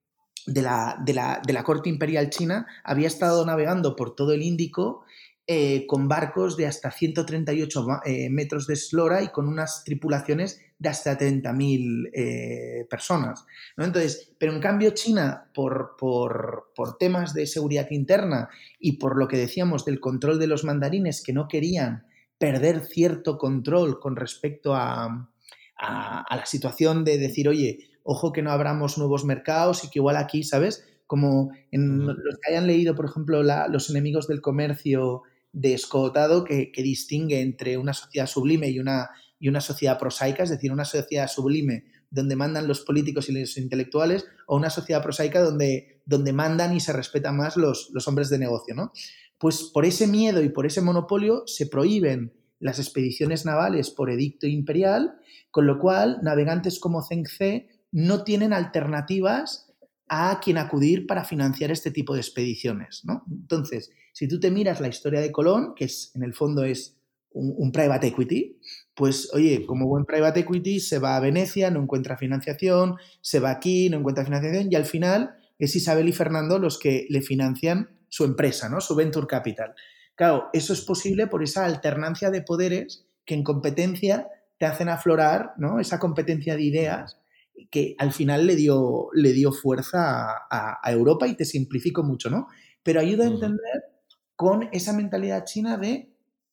de la corte imperial china había estado navegando por todo el Índico con barcos de hasta 138 metros de eslora y con unas tripulaciones de hasta 30.000 personas, ¿no? Entonces, pero en cambio China, por temas de seguridad interna y por lo que decíamos del control de los mandarines, que no querían perder cierto control con respecto a la situación de decir, oye, ojo que no abramos nuevos mercados y que igual aquí, ¿sabes? Como los que hayan leído, por ejemplo, Los enemigos del comercio de Scott Addo, que distingue entre una sociedad sublime y una sociedad prosaica, es decir, una sociedad sublime donde mandan los políticos y los intelectuales, o una sociedad prosaica donde mandan y se respetan más los hombres de negocio, ¿no? Pues por ese miedo y por ese monopolio se prohíben las expediciones navales por edicto imperial, con lo cual navegantes como Zheng He no tienen alternativas a quien acudir para financiar este tipo de expediciones, ¿no? Entonces, si tú te miras la historia de Colón, que en el fondo es un private equity, pues oye, como buen private equity se va a Venecia, no encuentra financiación, se va aquí, no encuentra financiación, y al final es Isabel y Fernando los que le financian su empresa, ¿no? Su venture capital. Claro, eso es posible por esa alternancia de poderes que en competencia te hacen aflorar, ¿no? Esa competencia de ideas que al final le dio fuerza a Europa, y te simplifico mucho, ¿no? Pero ayuda a entender con esa mentalidad china de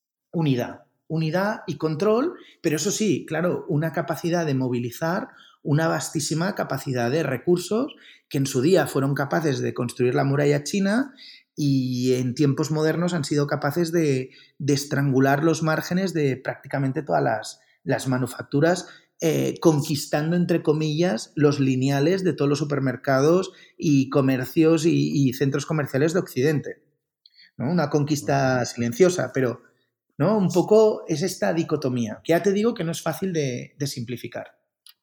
unidad y control, pero eso sí, claro, una capacidad de movilizar una vastísima capacidad de recursos que en su día fueron capaces de construir la muralla china y en tiempos modernos han sido capaces de estrangular los márgenes de prácticamente todas las manufacturas, conquistando, entre comillas, los lineales de todos los supermercados y comercios y centros comerciales de Occidente, ¿no? Una conquista silenciosa, pero, ¿no? Un poco es esta dicotomía, que ya te digo que no es fácil de simplificar.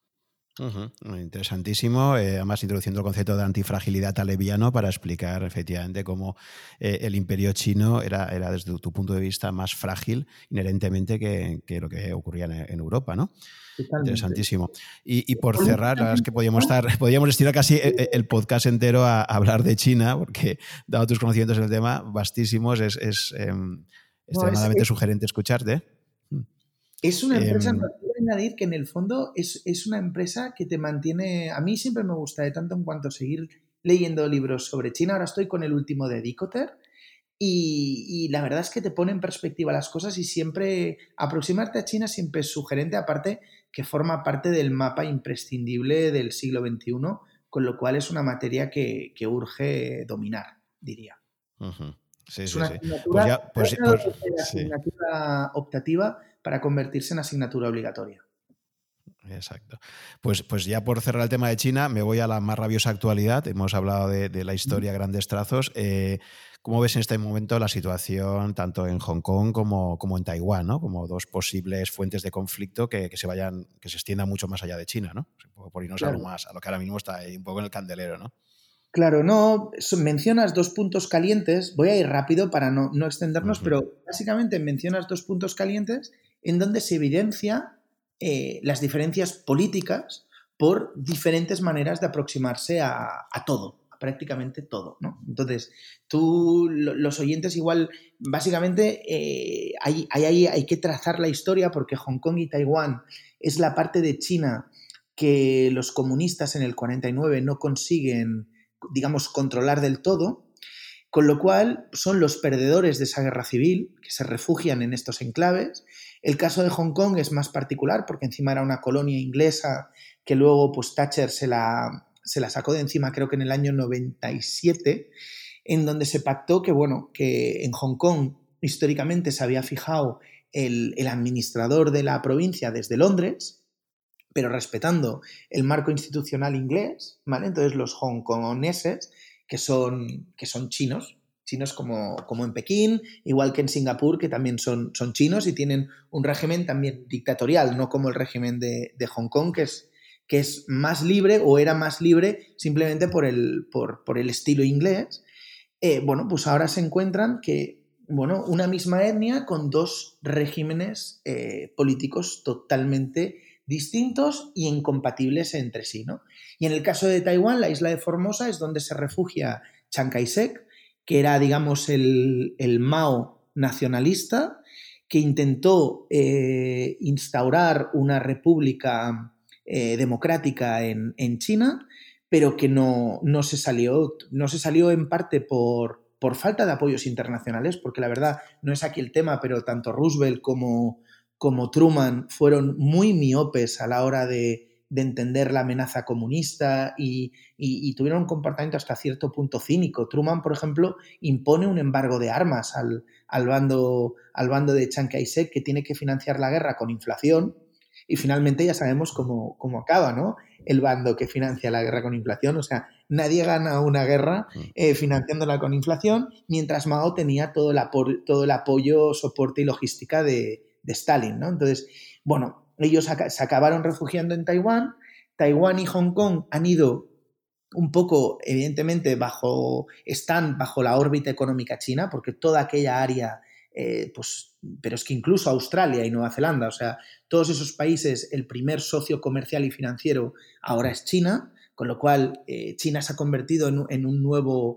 Interesantísimo, además introduciendo el concepto de antifragilidad talebiano para explicar efectivamente cómo el imperio chino era desde tu punto de vista más frágil inherentemente que lo que ocurría en Europa, ¿no? Totalmente. Interesantísimo. Y por cerrar, la verdad es que podríamos estirar casi el podcast entero a hablar de China, porque dado tus conocimientos en el tema vastísimos, es extremadamente sugerente escucharte. Es una empresa, no quiero añadir que en el fondo es una empresa que te mantiene. A mí siempre me gusta de tanto en cuanto seguir leyendo libros sobre China. Ahora estoy con el último de Dicotter y la verdad es que te pone en perspectiva las cosas, y siempre aproximarte a China siempre es sugerente, aparte que forma parte del mapa imprescindible del siglo XXI, con lo cual es una materia que urge dominar, diría. Sí, Es sí, una sí. asignatura, asignatura optativa para convertirse en asignatura obligatoria. Exacto. Pues ya por cerrar el tema de China, me voy a la más rabiosa actualidad. Hemos hablado de la historia a grandes trazos. ¿Cómo ves en este momento la situación tanto en Hong Kong como en Taiwán, ¿no? Como dos posibles fuentes de conflicto que se extiendan mucho más allá de China, ¿no? Por irnos a lo que ahora mismo está ahí un poco en el candelero, ¿no? Claro, no, mencionas dos puntos calientes. Voy a ir rápido para no extendernos, pero básicamente mencionas dos puntos calientes en donde se evidencia las diferencias políticas por diferentes maneras de aproximarse a todo, a prácticamente todo, ¿no? Entonces, los oyentes igual, básicamente hay que trazar la historia, porque Hong Kong y Taiwán es la parte de China que los comunistas en el 49 no consiguen, digamos, controlar del todo, con lo cual son los perdedores de esa guerra civil que se refugian en estos enclaves. El caso de Hong Kong es más particular porque encima era una colonia inglesa que luego pues Thatcher se la sacó de encima, creo que en el año 97, en donde se pactó que, bueno, que en Hong Kong históricamente se había fijado el administrador de la provincia desde Londres, pero respetando el marco institucional inglés, ¿vale? Entonces los hongkoneses, que son chinos como en Pekín, igual que en Singapur, que también son chinos y tienen un régimen también dictatorial, no como el régimen de Hong Kong, que es más libre, o era más libre simplemente por el estilo inglés. Bueno, pues ahora se encuentran que, bueno, una misma etnia con dos regímenes políticos totalmente distintos y incompatibles entre sí, ¿no? Y en el caso de Taiwán, la isla de Formosa es donde se refugia Chiang Kai-shek, que era, digamos, el Mao nacionalista, que intentó instaurar una república democrática en China, pero que no se salió. No se salió en parte por falta de apoyos internacionales, porque la verdad no es aquí el tema, pero tanto Roosevelt como Truman fueron muy miopes a la hora de entender la amenaza comunista y tuvieron un comportamiento hasta cierto punto cínico. Truman, por ejemplo, impone un embargo de armas al bando de Chiang Kai-shek, que tiene que financiar la guerra con inflación, y finalmente ya sabemos cómo acaba, ¿no? El bando que financia la guerra con inflación. O sea, nadie gana una guerra financiándola con inflación, mientras Mao tenía todo el apoyo, soporte y logística de Stalin, ¿no? Entonces, bueno, ellos se acabaron refugiando en Taiwán. Taiwán y Hong Kong han ido un poco, evidentemente, están bajo la órbita económica china, porque toda aquella área, pues, pero es que incluso Australia y Nueva Zelanda, o sea, todos esos países, el primer socio comercial y financiero ahora es China, con lo cual China se ha convertido en un nuevo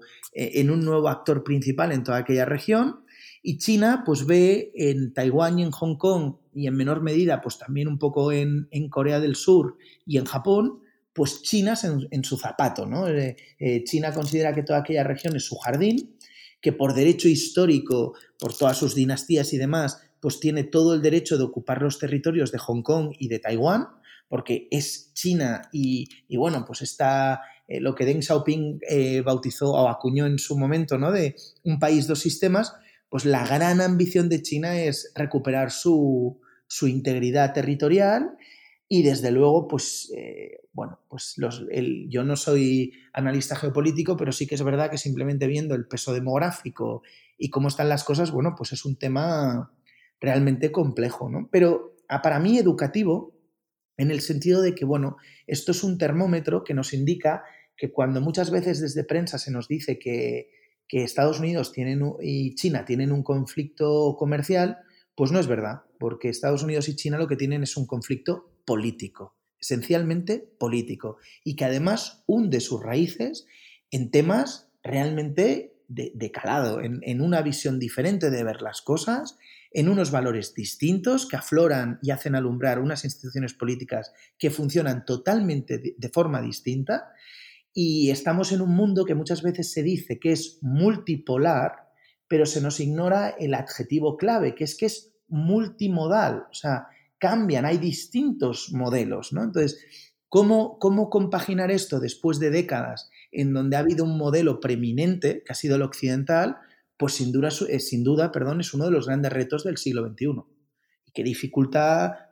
actor principal en toda aquella región. Y China pues ve en Taiwán y en Hong Kong, y en menor medida pues también un poco en Corea del Sur y en Japón, pues China en su zapato, ¿no? China considera que toda aquella región es su jardín, que por derecho histórico, por todas sus dinastías y demás, pues tiene todo el derecho de ocupar los territorios de Hong Kong y de Taiwán, porque es China y bueno, pues está lo que Deng Xiaoping bautizó o acuñó en su momento, ¿no? De un país, dos sistemas. Pues la gran ambición de China es recuperar su integridad territorial y desde luego, pues, bueno, pues yo no soy analista geopolítico, pero sí que es verdad que simplemente viendo el peso demográfico y cómo están las cosas, bueno, pues es un tema realmente complejo, ¿no? Pero para mí educativo, en el sentido de que, bueno, esto es un termómetro que nos indica que cuando muchas veces desde prensa se nos dice que Estados Unidos y China tienen un conflicto comercial, pues no es verdad, porque Estados Unidos y China lo que tienen es un conflicto político, esencialmente político, y que además hunde sus raíces en temas realmente de calado, en una visión diferente de ver las cosas, en unos valores distintos que afloran y hacen alumbrar unas instituciones políticas que funcionan totalmente de forma distinta. Y estamos en un mundo que muchas veces se dice que es multipolar, pero se nos ignora el adjetivo clave, que es multimodal. O sea, cambian, hay distintos modelos, ¿no? Entonces, ¿cómo compaginar esto después de décadas en donde ha habido un modelo preeminente, que ha sido el occidental? Pues sin duda, es uno de los grandes retos del siglo XXI, y que dificulta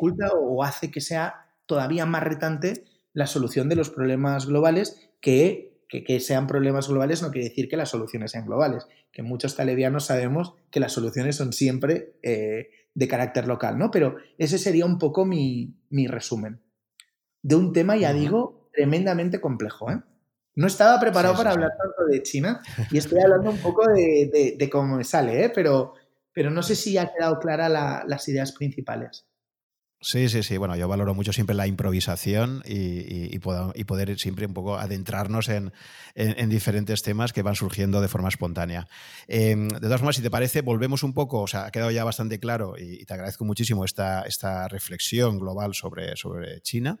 o hace que sea todavía más retante la solución de los problemas globales, que sean problemas globales no quiere decir que las soluciones sean globales, que muchos talebianos sabemos que las soluciones son siempre de carácter local, ¿no? Pero ese sería un poco mi resumen de un tema, ya digo, tremendamente complejo, ¿eh? No estaba preparado para hablar tanto de China y estoy hablando un poco de cómo me sale, ¿eh? Pero no sé si ha quedado clara las ideas principales. Sí. Bueno, yo valoro mucho siempre la improvisación y poder siempre un poco adentrarnos en diferentes temas que van surgiendo de forma espontánea. De todas formas, si te parece, volvemos un poco, o sea, ha quedado ya bastante claro y te agradezco muchísimo esta reflexión global sobre China.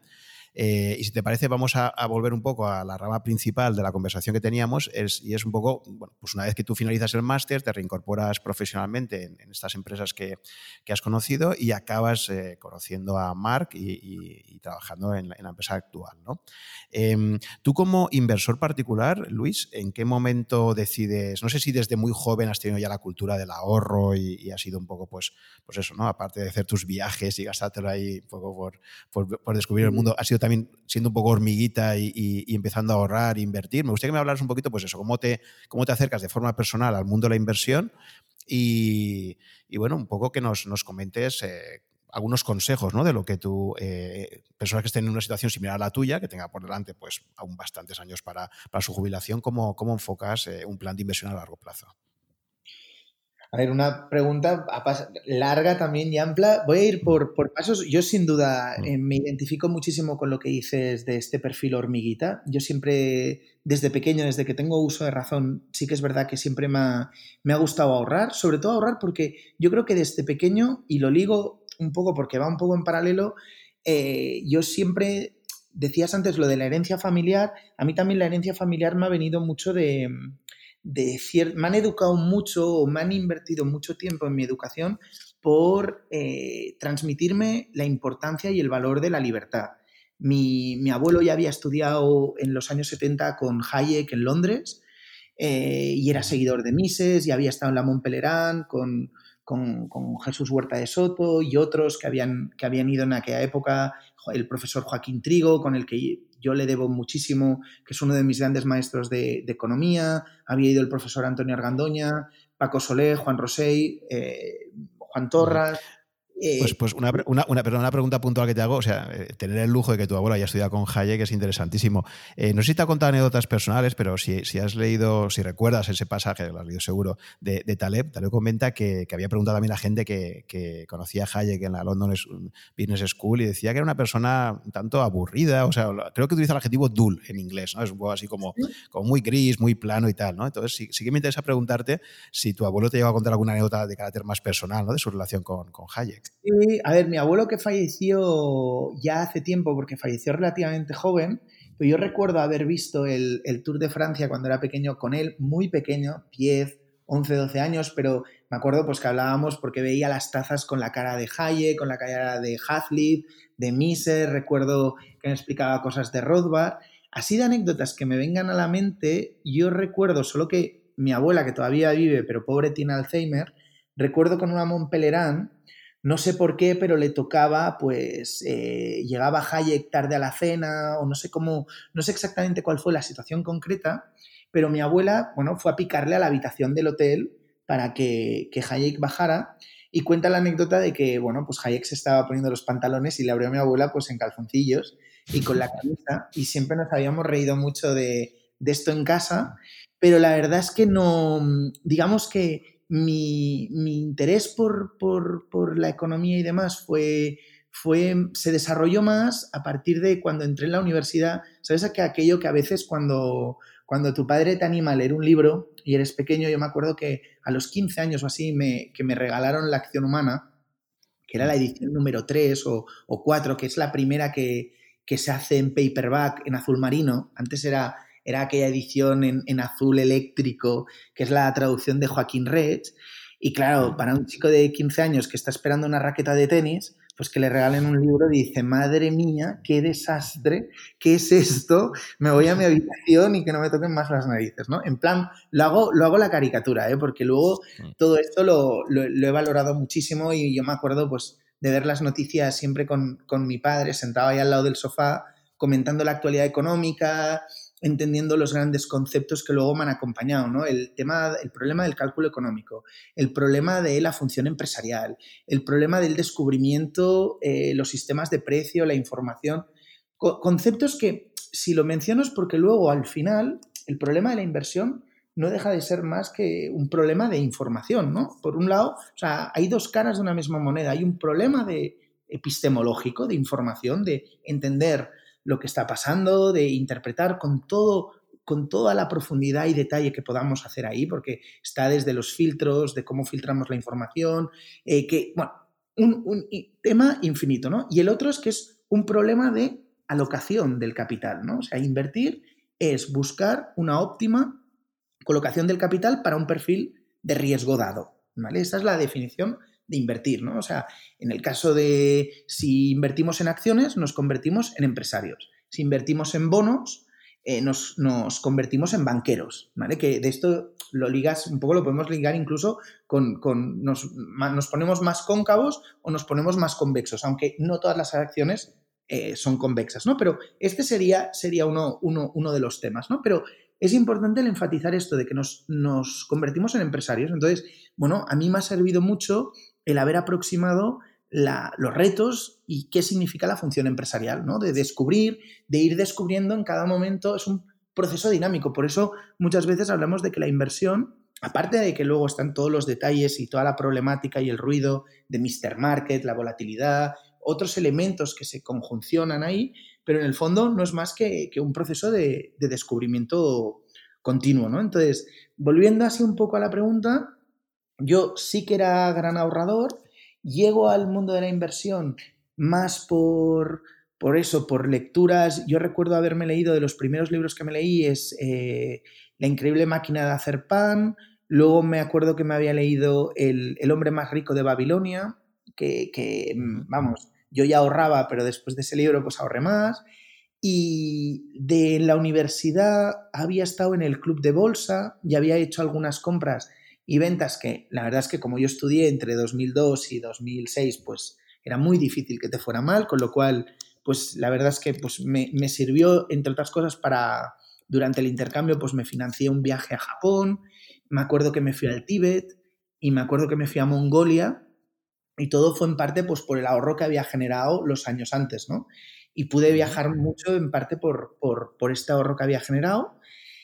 Y si te parece, vamos a volver un poco a la rama principal de la conversación que teníamos, y es un poco, bueno, pues una vez que tú finalizas el máster, te reincorporas profesionalmente en estas empresas que has conocido y acabas conociendo a Marc y trabajando en la empresa actual, ¿no? Tú como inversor particular, Luis, ¿en qué momento decides, no sé si desde muy joven has tenido ya la cultura del ahorro y has sido un poco, pues eso, ¿no? Aparte de hacer tus viajes y gastártelo ahí un poco por descubrir el mundo, has sido también siendo un poco hormiguita y empezando a ahorrar e invertir? Me gustaría que me hablaras un poquito, pues eso, cómo te acercas de forma personal al mundo de la inversión y bueno, un poco que nos comentes algunos consejos, ¿no? De lo que tú, personas que estén en una situación similar a la tuya, que tenga por delante pues aún bastantes años para su jubilación, ¿cómo enfocas un plan de inversión a largo plazo? A ver, una pregunta larga también y amplia. Voy a ir por pasos. Yo sin duda me identifico muchísimo con lo que dices de este perfil hormiguita. Yo siempre, desde pequeño, desde que tengo uso de razón, sí que es verdad que siempre me ha gustado ahorrar. Sobre todo ahorrar porque yo creo que desde pequeño, y lo ligo un poco porque va un poco en paralelo, yo siempre, decías antes lo de la herencia familiar, a mí también la herencia familiar me ha venido mucho me han educado mucho o me han invertido mucho tiempo en mi educación por transmitirme la importancia y el valor de la libertad. Mi abuelo ya había estudiado en los años 70 con Hayek en Londres y era seguidor de Mises y había estado en la Mont Pelerin con Jesús Huerta de Soto y otros que habían ido en aquella época, el profesor Joaquín Trigo, con el que yo le debo muchísimo, que es uno de mis grandes maestros de economía, había ido el profesor Antonio Argandoña, Paco Soler, Juan Rosell, Juan Torras. Pues una pregunta puntual que te hago, o sea, tener el lujo de que tu abuelo haya estudiado con Hayek es interesantísimo. No sé si te ha contado anécdotas personales, pero si has leído, si recuerdas ese pasaje, lo has leído seguro, de Taleb comenta que había preguntado también a gente que conocía a Hayek en la London Business School y decía que era una persona un tanto aburrida, o sea, creo que utiliza el adjetivo dull en inglés, ¿no? Es un poco así como muy gris, muy plano y tal, ¿no? Entonces sí que me interesa preguntarte si tu abuelo te llegó a contar alguna anécdota de carácter más personal, ¿no? De su relación con Hayek. Sí, a ver, mi abuelo que falleció ya hace tiempo, porque falleció relativamente joven, pero yo recuerdo haber visto el Tour de Francia cuando era pequeño con él, muy pequeño, 10, 11, 12 años, pero me acuerdo pues que hablábamos porque veía las tazas con la cara de Hayek, con la cara de Hazlitt, de Mises, recuerdo que me explicaba cosas de Rothbard. Así de anécdotas que me vengan a la mente, yo recuerdo solo que mi abuela, que todavía vive, pero pobre tiene Alzheimer, recuerdo con una Mont Pelerin. No sé por qué, pero le tocaba, pues llegaba Hayek tarde a la cena o no sé cómo, no sé exactamente cuál fue la situación concreta, pero mi abuela, bueno, fue a picarle a la habitación del hotel para que Hayek bajara y cuenta la anécdota de que, bueno, pues Hayek se estaba poniendo los pantalones y le abrió a mi abuela pues en calzoncillos y con la camisa y siempre nos habíamos reído mucho de esto en casa, pero la verdad es que no, digamos que mi interés por la economía y demás se desarrolló más a partir de cuando entré en la universidad. ¿Sabes aquello que a veces cuando tu padre te anima a leer un libro y eres pequeño? Yo me acuerdo que a los 15 años o así que me regalaron La Acción Humana, que era la edición número 3 o 4, que es la primera que se hace en paperback, en azul marino. Antes era aquella edición en azul eléctrico, que es la traducción de Joaquín Rech. Y claro, para un chico de 15 años que está esperando una raqueta de tenis, pues que le regalen un libro, dice, madre mía, qué desastre, ¿qué es esto? Me voy a mi habitación y que no me toquen más las narices, ¿no? En plan, lo hago la caricatura, porque luego todo esto lo he valorado muchísimo y yo me acuerdo, pues, de ver las noticias siempre con mi padre, sentado ahí al lado del sofá, comentando la actualidad económica, entendiendo los grandes conceptos que luego me han acompañado, ¿no? El problema del cálculo económico, el problema de la función empresarial, el problema del descubrimiento, los sistemas de precio, la información, conceptos que, si lo menciono, es porque luego, al final, el problema de la inversión no deja de ser más que un problema de información, ¿no? Por un lado, o sea, hay dos caras de una misma moneda. Hay un problema epistemológico, de información, de entender lo que está pasando, de interpretar con toda la profundidad y detalle que podamos hacer ahí, porque está desde los filtros, de cómo filtramos la información, un tema infinito, ¿no? Y el otro es que es un problema de alocación del capital, ¿no? O sea, invertir es buscar una óptima colocación del capital para un perfil de riesgo dado, ¿vale? Esa es la definición de invertir, ¿no? O sea, en el caso de si invertimos en acciones, nos convertimos en empresarios. Si invertimos en bonos, nos convertimos en banqueros, ¿vale? Que de esto lo ligas, un poco lo podemos ligar incluso nos ponemos más cóncavos o nos ponemos más convexos, aunque no todas las acciones son convexas, ¿no? Pero este sería uno de los temas, ¿no? Pero es importante el enfatizar esto de que nos convertimos en empresarios. Entonces, bueno, a mí me ha servido mucho el haber aproximado los retos y qué significa la función empresarial, ¿no? De ir descubriendo en cada momento. Es un proceso dinámico. Por eso muchas veces hablamos de que la inversión aparte de que luego están todos los detalles y toda la problemática y el ruido de Mr. Market, la volatilidad, otros elementos que se conjuncionan ahí, pero en el fondo no es más que un proceso de descubrimiento continuo, ¿no? Entonces, volviendo así un poco a la pregunta, yo sí que era gran ahorrador, llego al mundo de la inversión más por eso, por lecturas. Yo recuerdo haberme leído, de los primeros libros que me leí es La increíble máquina de hacer pan. Luego me acuerdo que me había leído El hombre más rico de Babilonia, vamos, yo ya ahorraba, pero después de ese libro pues ahorré más. Y de la universidad había estado en el club de bolsa y había hecho algunas compras y ventas que la verdad es que como yo estudié entre 2002 y 2006, pues era muy difícil que te fuera mal, con lo cual, pues la verdad es que pues, me sirvió, entre otras cosas, para, durante el intercambio, pues me financié un viaje a Japón, me acuerdo que me fui al Tíbet y me acuerdo que me fui a Mongolia y todo fue en parte pues por el ahorro que había generado los años antes, ¿no? Y pude viajar mucho en parte por este ahorro que había generado.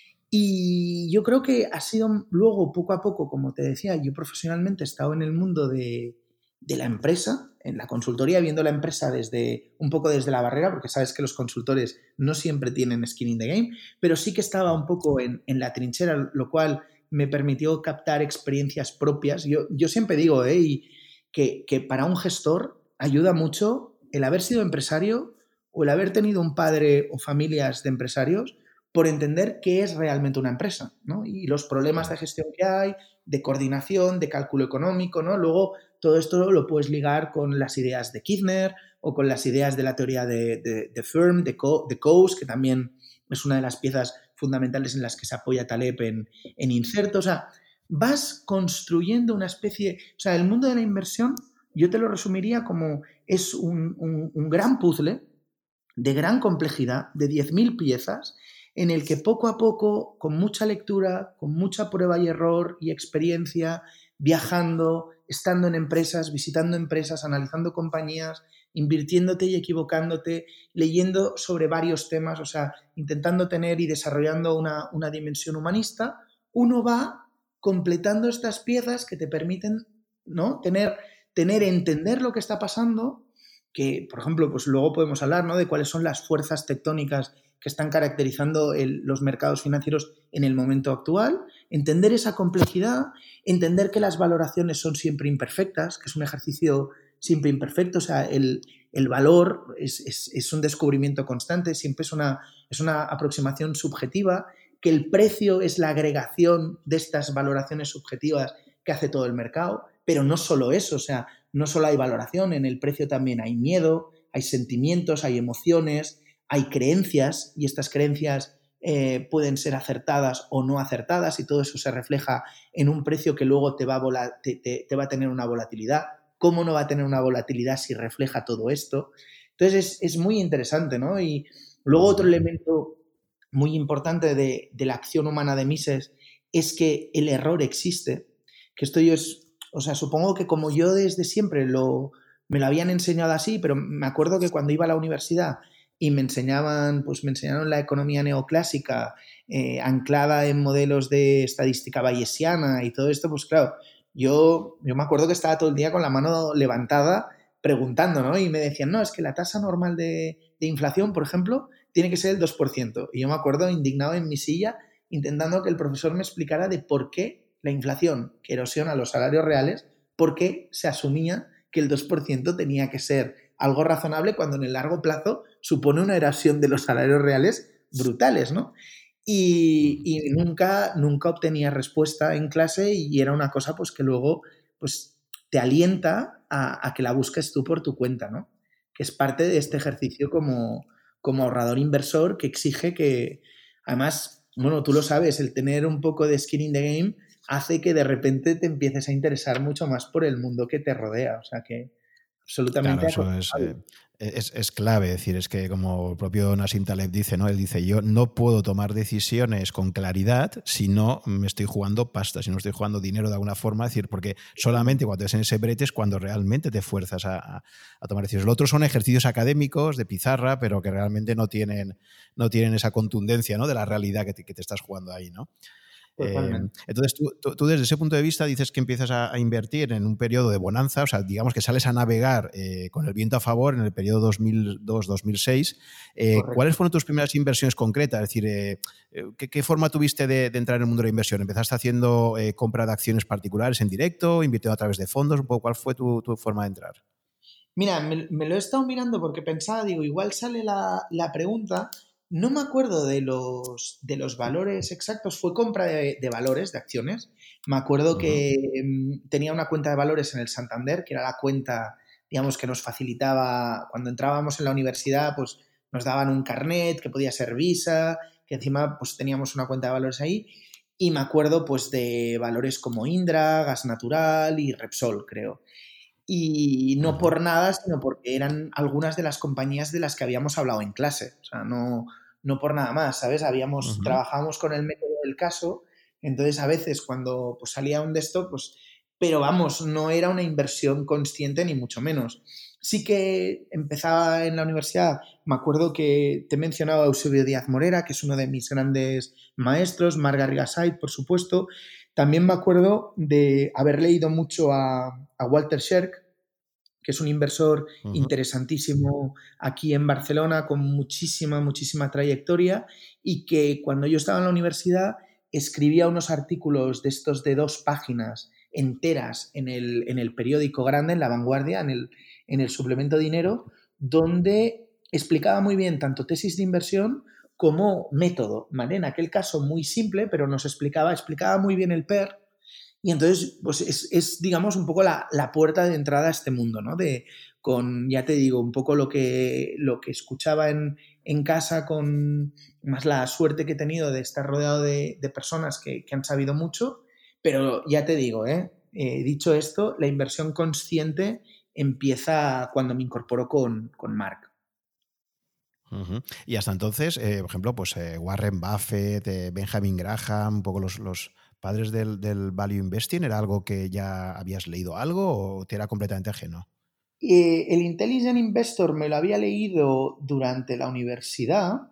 Y yo creo que ha sido luego, poco a poco, como te decía, yo profesionalmente he estado en el mundo de la empresa, en la consultoría, viendo la empresa desde un poco desde la barrera, porque sabes que los consultores no siempre tienen skin in the game, pero sí que estaba un poco en la trinchera, lo cual me permitió captar experiencias propias. Yo siempre digo, que para un gestor ayuda mucho el haber sido empresario o el haber tenido un padre o familias de empresarios por entender qué es realmente una empresa, ¿no? Y los problemas de gestión que hay, de coordinación, de cálculo económico, ¿no? Luego todo esto lo puedes ligar con las ideas de Kirchner o con las ideas de la teoría de Firm, de Coase, que también es una de las piezas fundamentales en las que se apoya Taleb en Incerto. O sea, vas construyendo una especie... O sea, el mundo de la inversión yo te lo resumiría como es un gran puzzle de gran complejidad, de 10.000 piezas, en el que poco a poco, con mucha lectura, con mucha prueba y error y experiencia, viajando, estando en empresas, visitando empresas, analizando compañías, invirtiéndote y equivocándote, leyendo sobre varios temas, o sea, intentando tener y desarrollando una dimensión humanista, uno va completando estas piezas que te permiten, ¿no? Entender lo que está pasando, que, por ejemplo, pues luego podemos hablar, ¿no?, de cuáles son las fuerzas tectónicas que están caracterizando los mercados financieros en el momento actual, entender esa complejidad, entender que las valoraciones son siempre imperfectas, que es un ejercicio siempre imperfecto, o sea, el valor es un descubrimiento constante, siempre es una aproximación subjetiva, que el precio es la agregación de estas valoraciones subjetivas que hace todo el mercado, pero no solo eso, o sea, no solo hay valoración, en el precio también hay miedo, hay sentimientos, hay emociones, hay creencias, y estas creencias pueden ser acertadas o no acertadas, y todo eso se refleja en un precio que luego te va a tener una volatilidad. ¿Cómo no va a tener una volatilidad si refleja todo esto? Entonces es muy interesante, ¿no? Y luego otro elemento muy importante de la acción humana de Mises es que el error existe, que esto yo o sea, supongo que como yo desde siempre me lo habían enseñado así, pero me acuerdo que cuando iba a la universidad y me enseñaron la economía neoclásica anclada en modelos de estadística bayesiana y todo esto, pues claro, yo me acuerdo que estaba todo el día con la mano levantada preguntando, ¿no? Y me decían, no, es que la tasa normal de inflación, por ejemplo, tiene que ser el 2%. Y yo me acuerdo indignado en mi silla intentando que el profesor me explicara de por qué la inflación que erosiona los salarios reales, por qué se asumía que el 2% tenía que ser algo razonable cuando en el largo plazo supone una erosión de los salarios reales brutales, ¿no? Y nunca obtenía respuesta en clase, y era una cosa pues que luego pues te alienta a que la busques tú por tu cuenta, ¿no? Que es parte de este ejercicio como ahorrador inversor, que exige que, además, bueno, tú lo sabes, el tener un poco de skin in the game hace que de repente te empieces a interesar mucho más por el mundo que te rodea. O sea que absolutamente Claro, eso es clave. Es decir, es que como el propio Nassim Taleb dice, ¿no? Él dice, yo no puedo tomar decisiones con claridad si no me estoy jugando pasta, si no estoy jugando dinero de alguna forma. Es decir, porque solamente cuando estás en ese brete es cuando realmente te fuerzas a tomar decisiones. Lo otro son ejercicios académicos de pizarra, pero que realmente no tienen esa contundencia, ¿no?, de la realidad que te estás jugando ahí, ¿no? totalmente. Entonces, tú desde ese punto de vista dices que empiezas a invertir en un periodo de bonanza, o sea, digamos que sales a navegar con el viento a favor en el periodo 2002-2006. ¿Cuáles Correcto. fueron tus primeras inversiones concretas? Es decir, ¿qué forma tuviste de entrar en el mundo de la inversión? ¿Empezaste haciendo compra de acciones particulares en directo, invirtiendo a través de fondos? Un poco, ¿cuál fue tu forma de entrar? Mira, me lo he estado mirando porque pensaba, digo, igual sale la pregunta. No me acuerdo de los valores exactos. Fue compra de valores, de acciones. Me acuerdo Uh-huh. que tenía una cuenta de valores en el Santander, que era la cuenta, digamos, que nos facilitaba cuando entrábamos en la universidad, pues nos daban un carnet que podía ser Visa, que encima pues teníamos una cuenta de valores ahí. Y me acuerdo pues de valores como Indra, Gas Natural y Repsol, creo. Y no Uh-huh. por nada, sino porque eran algunas de las compañías de las que habíamos hablado en clase. O sea, no por nada más, ¿sabes? Uh-huh. Trabajábamos con el método del caso, entonces a veces cuando pues, salía un de esto, pues, pero vamos, no era una inversión consciente ni mucho menos. Sí que empezaba en la universidad, me acuerdo que te he mencionado a Eusebio Díaz Morera, que es uno de mis grandes maestros, Marga Rigasait, por supuesto. También me acuerdo de haber leído mucho a Walter Scherk, que es un inversor Uh-huh. interesantísimo aquí en Barcelona con muchísima, muchísima trayectoria y que cuando yo estaba en la universidad escribía unos artículos de estos de 2 páginas enteras en el periódico grande, en La Vanguardia, en el suplemento Dinero, donde explicaba muy bien tanto tesis de inversión como método, ¿vale? En aquel caso muy simple, pero explicaba muy bien el PER y entonces, pues digamos, un poco la puerta de entrada a este mundo, ¿no? Ya te digo, un poco lo que escuchaba en casa, con más la suerte que he tenido de estar rodeado de personas que han sabido mucho, pero ya te digo, dicho esto, la inversión consciente empieza cuando me incorporo con Mark. Uh-huh. Y hasta entonces, por ejemplo, pues Warren Buffett, Benjamin Graham, un poco los padres del value investing, ¿era algo que ya habías leído algo o te era completamente ajeno? El Intelligent Investor me lo había leído durante la universidad.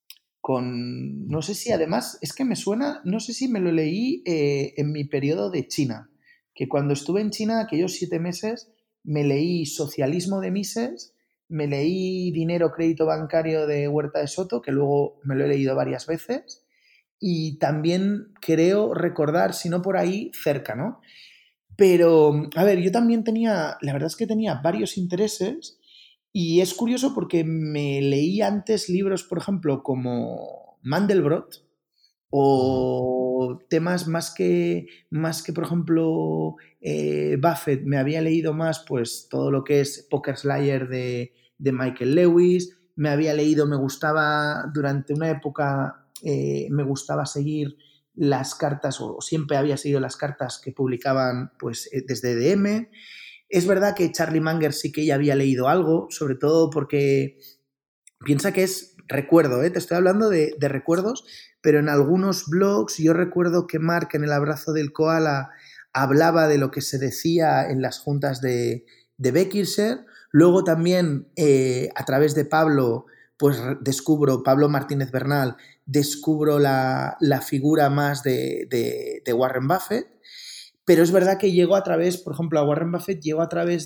No sé si además, es que me suena, no sé si me lo leí en mi periodo de China, que cuando estuve en China, aquellos 7 meses, me leí Socialismo de Mises, me leí Dinero, Crédito Bancario de Huerta de Soto, que luego me lo he leído varias veces, y también creo recordar, si no por ahí, cerca, ¿no? Pero, a ver, yo también la verdad es que tenía varios intereses y es curioso porque me leí antes libros, por ejemplo, como Mandelbrot Uh-huh. o temas más que por ejemplo, Buffett. Me había leído más, pues, todo lo que es Poker Slayer de Michael Lewis. Me gustaba, durante una época, me gustaba seguir las cartas, o siempre había seguido las cartas que publicaban pues desde DM. Es verdad que Charlie Munger sí que ya había leído algo, sobre todo porque piensa que recuerdo, te estoy hablando de recuerdos, pero en algunos blogs yo recuerdo que Mark en El abrazo del koala hablaba de lo que se decía en las juntas de Beckinsale. Luego también a través de Pablo, pues descubro, Pablo Martínez Bernal, descubro la figura más de Warren Buffett. Pero es verdad que llego a través, por ejemplo, a Warren Buffett llego a través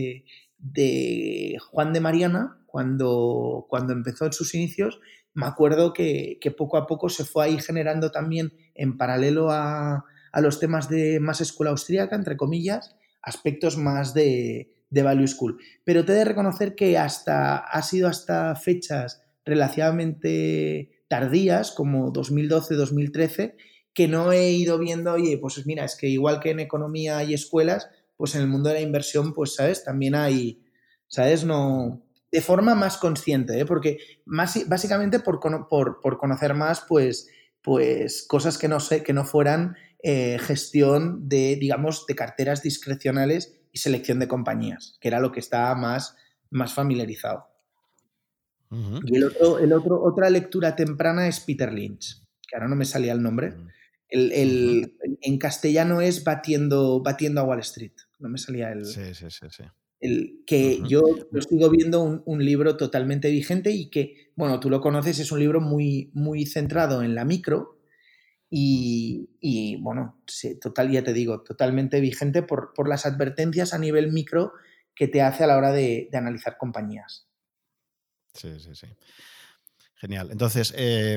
de Juan de Mariana, cuando empezó en sus inicios. Me acuerdo que poco a poco se fue ahí generando también, en paralelo a los temas de más escuela austríaca, entre comillas, aspectos más de Value School. Pero te he de reconocer que ha sido hasta fechas relativamente tardías, como 2012-2013, que no he ido viendo, oye, pues mira, es que igual que en economía y escuelas, pues en el mundo de la inversión, pues, ¿sabes? También hay, ¿sabes? Uh-huh. No, de forma más consciente, ¿eh? Porque básicamente por conocer más, pues cosas que no sé, que no fueran gestión de, digamos, de carteras discrecionales y selección de compañías, que era lo que estaba más familiarizado. Uh-huh. Y otra lectura temprana es Peter Lynch, que ahora no me salía el nombre. Uh-huh. En castellano es Batiendo a Wall Street. No me salía Sí, sí, sí, sí. que Uh-huh. yo lo sigo viendo un libro totalmente vigente y que, bueno, tú lo conoces, es un libro muy, muy centrado en la micro y bueno, sí, ya te digo, totalmente vigente por las advertencias a nivel micro que te hace a la hora de analizar compañías. Sí, sí, sí. Genial. Entonces,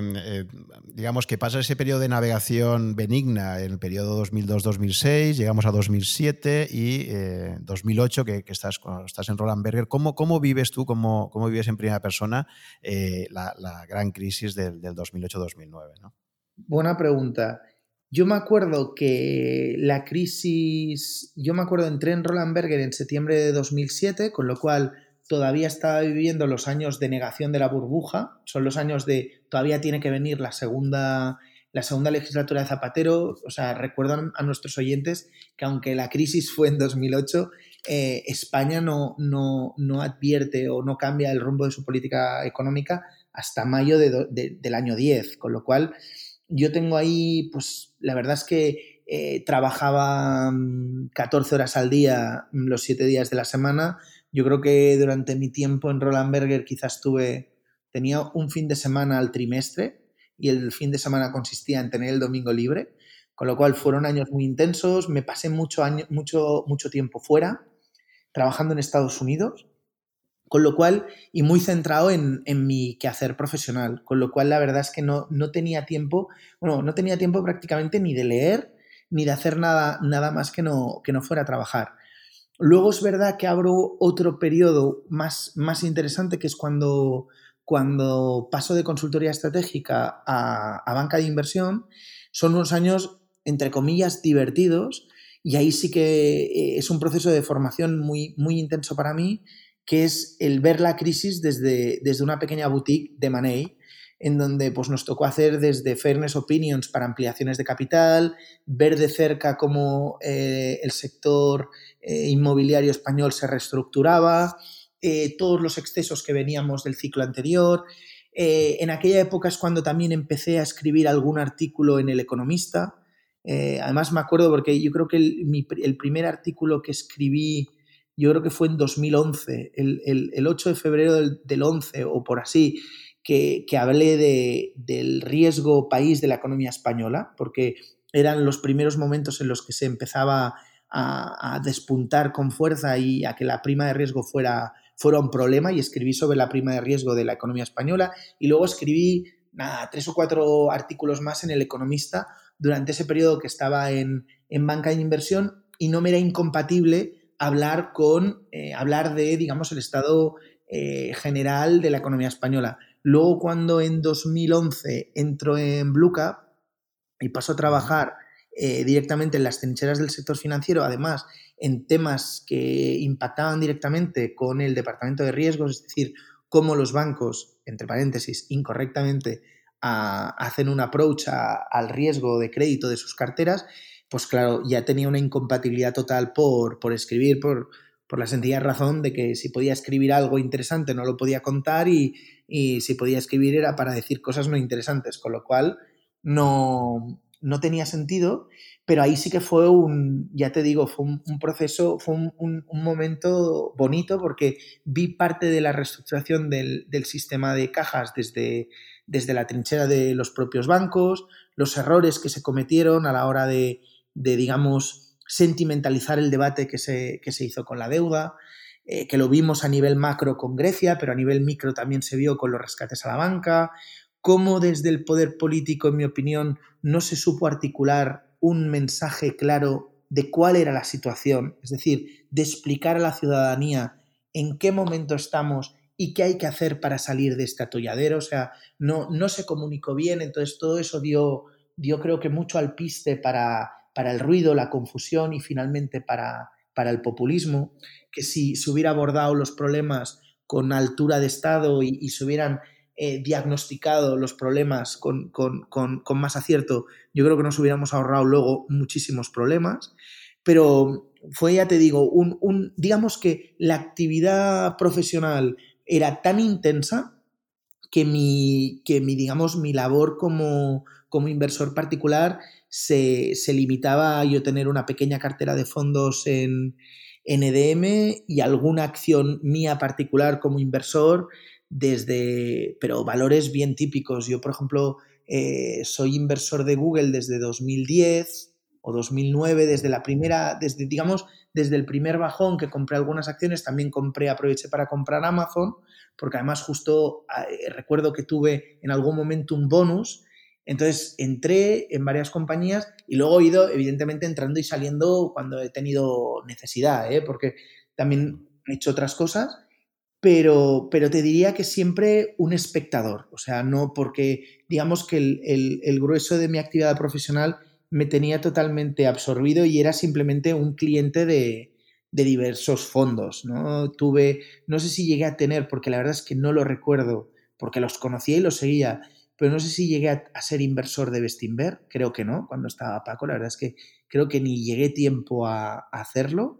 digamos que pasa ese periodo de navegación benigna en el periodo 2002-2006, llegamos a 2007 y 2008, que estás en Roland Berger. ¿Cómo vives tú, cómo vives en primera persona la gran crisis del 2008-2009, ¿no? Buena pregunta. Yo me acuerdo que la crisis, entré en Roland Berger en septiembre de 2007, con lo cual todavía estaba viviendo los años de negación de la burbuja, son los años de todavía tiene que venir la segunda legislatura de Zapatero. O sea, recuerdo a nuestros oyentes que aunque la crisis fue en 2008, España no advierte o no cambia el rumbo de su política económica hasta mayo del año 10, con lo cual yo tengo ahí, pues la verdad es que trabajaba 14 horas al día, los 7 días de la semana. Yo creo que durante mi tiempo en Roland Berger quizás tenía un fin de semana al trimestre y el fin de semana consistía en tener el domingo libre, con lo cual fueron años muy intensos. Me pasé mucho tiempo fuera, trabajando en Estados Unidos. Con lo cual, y muy centrado en mi quehacer profesional, con lo cual la verdad es que no tenía tiempo, no tenía tiempo prácticamente ni de leer, ni de hacer nada más que no fuera a trabajar. Luego es verdad que abro otro periodo más interesante, que es cuando paso de consultoría estratégica a banca de inversión. Son unos años, entre comillas, divertidos, y ahí sí que es un proceso de formación muy, muy intenso para mí, que es el ver la crisis desde una pequeña boutique de Money, en donde pues, nos tocó hacer desde fairness opinions para ampliaciones de capital, ver de cerca cómo el sector inmobiliario español se reestructuraba, todos los excesos que veníamos del ciclo anterior. En aquella época es cuando también empecé a escribir algún artículo en El Economista. Además me acuerdo porque yo creo que el primer artículo que escribí, yo creo que fue en 2011, el 8 de febrero del 11 o por así, que hablé del riesgo país de la economía española, porque eran los primeros momentos en los que se empezaba a despuntar con fuerza y a que la prima de riesgo fuera un problema, y escribí sobre la prima de riesgo de la economía española, y luego escribí 3 o 4 artículos más en El Economista durante ese periodo que estaba en banca de inversión, y no me era incompatible hablar de, digamos, el estado general de la economía española. Luego, cuando en 2011 entro en Bluecap y paso a trabajar directamente en las trincheras del sector financiero, además en temas que impactaban directamente con el departamento de riesgos, es decir, cómo los bancos, entre paréntesis, incorrectamente hacen un approach al riesgo de crédito de sus carteras, pues claro, ya tenía una incompatibilidad total por escribir, por la sencilla razón de que si podía escribir algo interesante no lo podía contar, y si podía escribir era para decir cosas no interesantes, con lo cual no tenía sentido. Pero ahí sí que fue ya te digo, fue un proceso, fue un momento bonito, porque vi parte de la reestructuración del sistema de cajas desde la trinchera de los propios bancos, los errores que se cometieron a la hora de digamos, sentimentalizar el debate que se hizo con la deuda, que lo vimos a nivel macro con Grecia, pero a nivel micro también se vio con los rescates a la banca, cómo desde el poder político, en mi opinión, no se supo articular un mensaje claro de cuál era la situación, es decir, de explicar a la ciudadanía en qué momento estamos y qué hay que hacer para salir de este atolladero. O sea, no se comunicó bien, entonces todo eso dio creo que mucho alpiste para el ruido, la confusión y finalmente para el populismo, que si se hubiera abordado los problemas con altura de Estado y se hubieran diagnosticado los problemas con más acierto, yo creo que nos hubiéramos ahorrado luego muchísimos problemas. Pero fue, ya te digo, digamos que la actividad profesional era tan intensa que digamos, mi labor como inversor particular se limitaba a yo tener una pequeña cartera de fondos en EDM y alguna acción mía particular como inversor, pero valores bien típicos. Yo, por ejemplo, soy inversor de Google desde 2010 o 2009, desde el primer bajón que compré algunas acciones, también aproveché para comprar Amazon, porque además justo recuerdo que tuve en algún momento un bonus. Entonces entré en varias compañías y luego he ido evidentemente entrando y saliendo cuando he tenido necesidad, porque también he hecho otras cosas, pero te diría que siempre un espectador, o sea, no porque digamos que el grueso de mi actividad profesional me tenía totalmente absorbido y era simplemente un cliente de diversos fondos, ¿no? No sé si llegué a tener, porque la verdad es que no lo recuerdo, porque los conocía y los seguía, pero no sé si llegué a ser inversor de Bestinver, creo que no, cuando estaba Paco, la verdad es que creo que ni llegué tiempo a hacerlo.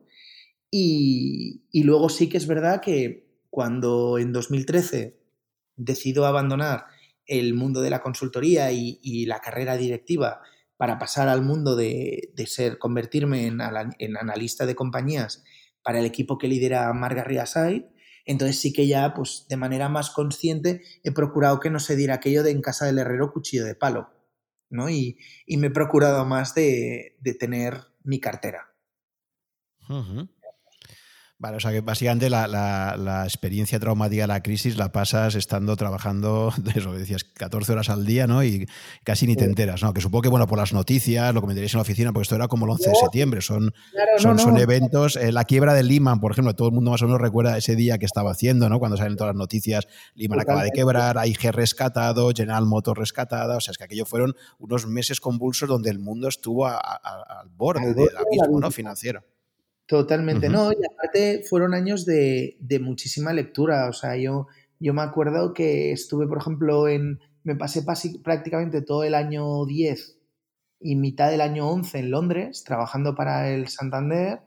Y luego sí que es verdad que cuando en 2013 decido abandonar el mundo de la consultoría y la carrera directiva para pasar al mundo de convertirme en analista de compañías para el equipo que lidera Marc Garrigasait, entonces sí que ya pues de manera más consciente he procurado que no se diera aquello de en casa del herrero cuchillo de palo, ¿no? Y me he procurado más de tener mi cartera. Uh-huh. Vale, o sea que básicamente la experiencia traumática de la crisis la pasas estando trabajando, eso que decías, 14 horas al día, ¿no? Y casi ni te enteras, ¿no? Que supongo que, bueno, por las noticias, lo comentaréis en la oficina, porque esto era como el 11 de septiembre, son eventos, la quiebra de Lehman, por ejemplo, todo el mundo más o menos recuerda ese día que estaba haciendo, ¿no? Cuando salen todas las noticias, Lehman acaba de quebrar, AIG rescatado, General Motors rescatada, o sea, es que aquello fueron unos meses convulsos donde el mundo estuvo al borde del abismo, ¿no? Financiero. Totalmente, no, y aparte fueron años de muchísima lectura, o sea, yo me acuerdo que estuve, por ejemplo, me pasé prácticamente todo el año 10 y mitad del año 11 en Londres, trabajando para el Santander,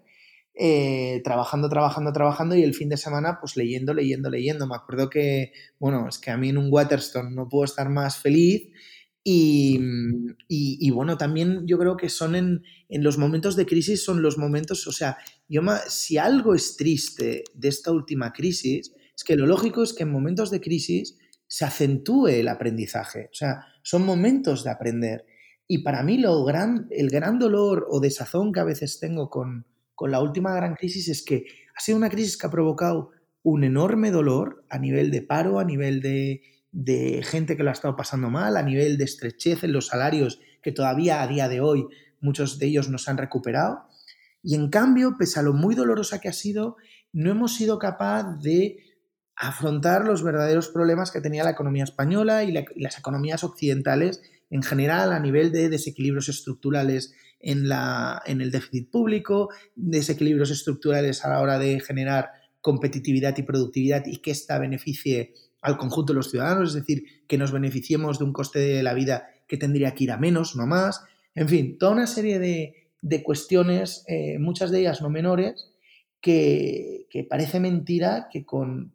trabajando y el fin de semana pues leyendo. Me acuerdo que, bueno, es que a mí en un Waterstone no puedo estar más feliz. Y bueno, también yo creo que son en los momentos de crisis, son los momentos, o sea, si algo es triste de esta última crisis, es que lo lógico es que en momentos de crisis se acentúe el aprendizaje, o sea, son momentos de aprender. Y para mí el gran dolor o desazón que a veces tengo con la última gran crisis es que ha sido una crisis que ha provocado un enorme dolor a nivel de paro, a nivel de gente que lo ha estado pasando mal, a nivel de estrechez en los salarios que todavía a día de hoy muchos de ellos no se han recuperado. Y en cambio, pese a lo muy dolorosa que ha sido, no hemos sido capaz de afrontar los verdaderos problemas que tenía la economía española y las economías occidentales en general a nivel de desequilibrios estructurales en el déficit público, desequilibrios estructurales a la hora de generar competitividad y productividad y que esta beneficie al conjunto de los ciudadanos, es decir, que nos beneficiemos de un coste de la vida que tendría que ir a menos, no más. En fin, toda una serie de cuestiones, muchas de ellas no menores, que parece mentira que con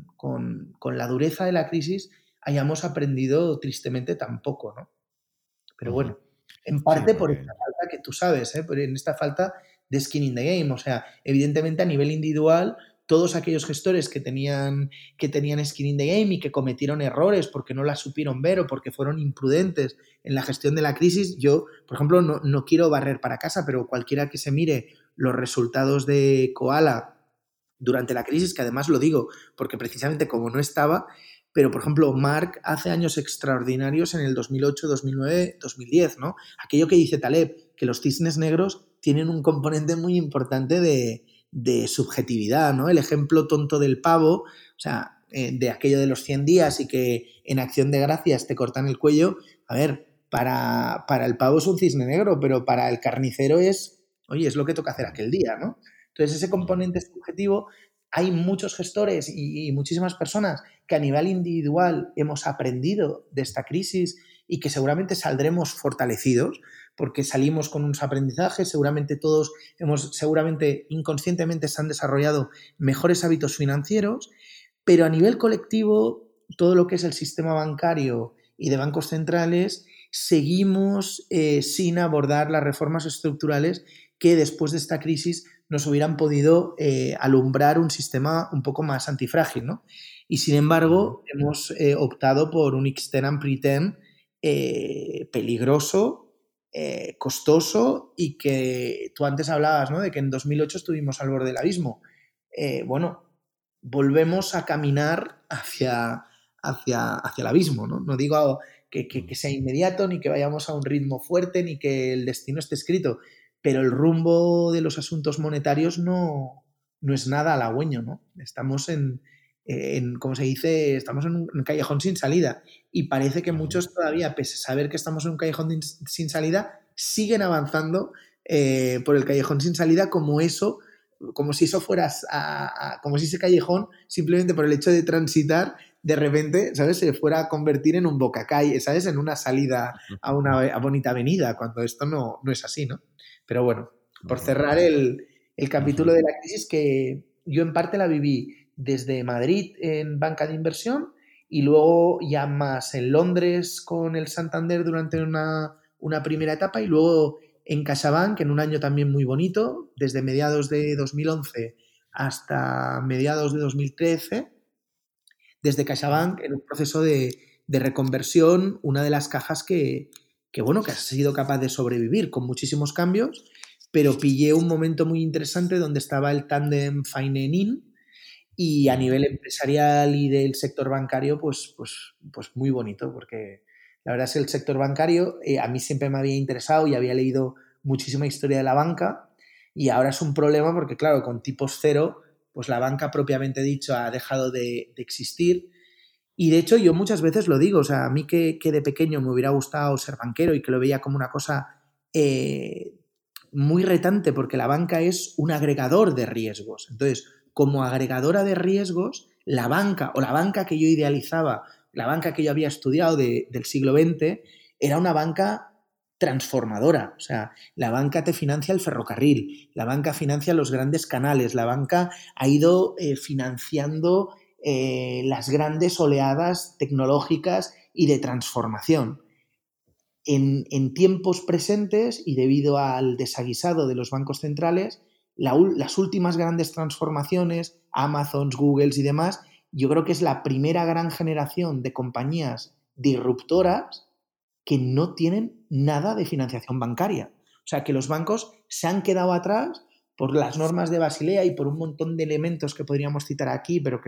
la dureza de la crisis hayamos aprendido tristemente tan poco, ¿no? Pero bueno, en parte por esta falta que tú sabes, en esta falta de skin in the game. O sea, evidentemente a nivel individual, todos aquellos gestores que tenían skin in the game y que cometieron errores porque no la supieron ver o porque fueron imprudentes en la gestión de la crisis, yo, por ejemplo, no quiero barrer para casa, pero cualquiera que se mire los resultados de Koala durante la crisis, que además lo digo porque precisamente como no estaba, pero por ejemplo Marc hace años extraordinarios en el 2008, 2009, 2010, ¿no? Aquello que dice Taleb, que los cisnes negros tienen un componente muy importante de subjetividad, ¿no? El ejemplo tonto del pavo, o sea, de aquello de los 100 días y que en acción de gracias te cortan el cuello, a ver, para el pavo es un cisne negro, pero para el carnicero es, oye, es lo que toca hacer aquel día, ¿no? Entonces, ese componente subjetivo, hay muchos gestores y muchísimas personas que a nivel individual hemos aprendido de esta crisis y que seguramente saldremos fortalecidos porque salimos con unos aprendizajes, seguramente inconscientemente se han desarrollado mejores hábitos financieros, pero a nivel colectivo, todo lo que es el sistema bancario y de bancos centrales, seguimos sin abordar las reformas estructurales que después de esta crisis nos hubieran podido alumbrar un sistema un poco más antifrágil, ¿no? Y sin embargo, hemos optado por un extend and pretend peligroso, costoso y que tú antes hablabas, ¿no?, de que en 2008 estuvimos al borde del abismo. Bueno, volvemos a caminar hacia el abismo, ¿no? No digo que sea inmediato, ni que vayamos a un ritmo fuerte, ni que el destino esté escrito, pero el rumbo de los asuntos monetarios no es nada halagüeño, ¿no? Estamos como se dice, estamos en un callejón sin salida y parece que muchos todavía, pese a saber que estamos en un callejón sin salida, siguen avanzando por el callejón sin salida como si eso fuera, como si ese callejón, simplemente por el hecho de transitar, de repente, ¿sabes?, se fuera a convertir en un bocacalle, ¿sabes?, en una salida a una bonita avenida, cuando esto no es así, ¿no? Pero bueno, por cerrar el capítulo de la crisis, que yo en parte la viví desde Madrid en banca de inversión y luego ya más en Londres con el Santander durante una primera etapa y luego en CaixaBank en un año también muy bonito, desde mediados de 2011 hasta mediados de 2013, desde CaixaBank en un proceso de reconversión, una de las cajas que ha sido capaz de sobrevivir con muchísimos cambios, pero pillé un momento muy interesante donde estaba el tándem Fine-In y a nivel empresarial y del sector bancario, pues muy bonito, porque la verdad es que el sector bancario a mí siempre me había interesado y había leído muchísima historia de la banca y ahora es un problema porque, claro, con tipos cero, pues la banca propiamente dicho ha dejado de existir. Y de hecho yo muchas veces lo digo, o sea, a mí que de pequeño me hubiera gustado ser banquero y que lo veía como una cosa muy retante porque la banca es un agregador de riesgos. Entonces, como agregadora de riesgos, la banca o la banca que yo idealizaba, la banca que yo había estudiado del siglo XX, era una banca transformadora. O sea, la banca te financia el ferrocarril, la banca financia los grandes canales, la banca ha ido financiando las grandes oleadas tecnológicas y de transformación. En tiempos presentes y debido al desaguisado de los bancos centrales, las últimas grandes transformaciones, Amazon, Google y demás, yo creo que es la primera gran generación de compañías disruptoras que no tienen nada de financiación bancaria. O sea, que los bancos se han quedado atrás por las normas de Basilea y por un montón de elementos que podríamos citar aquí, pero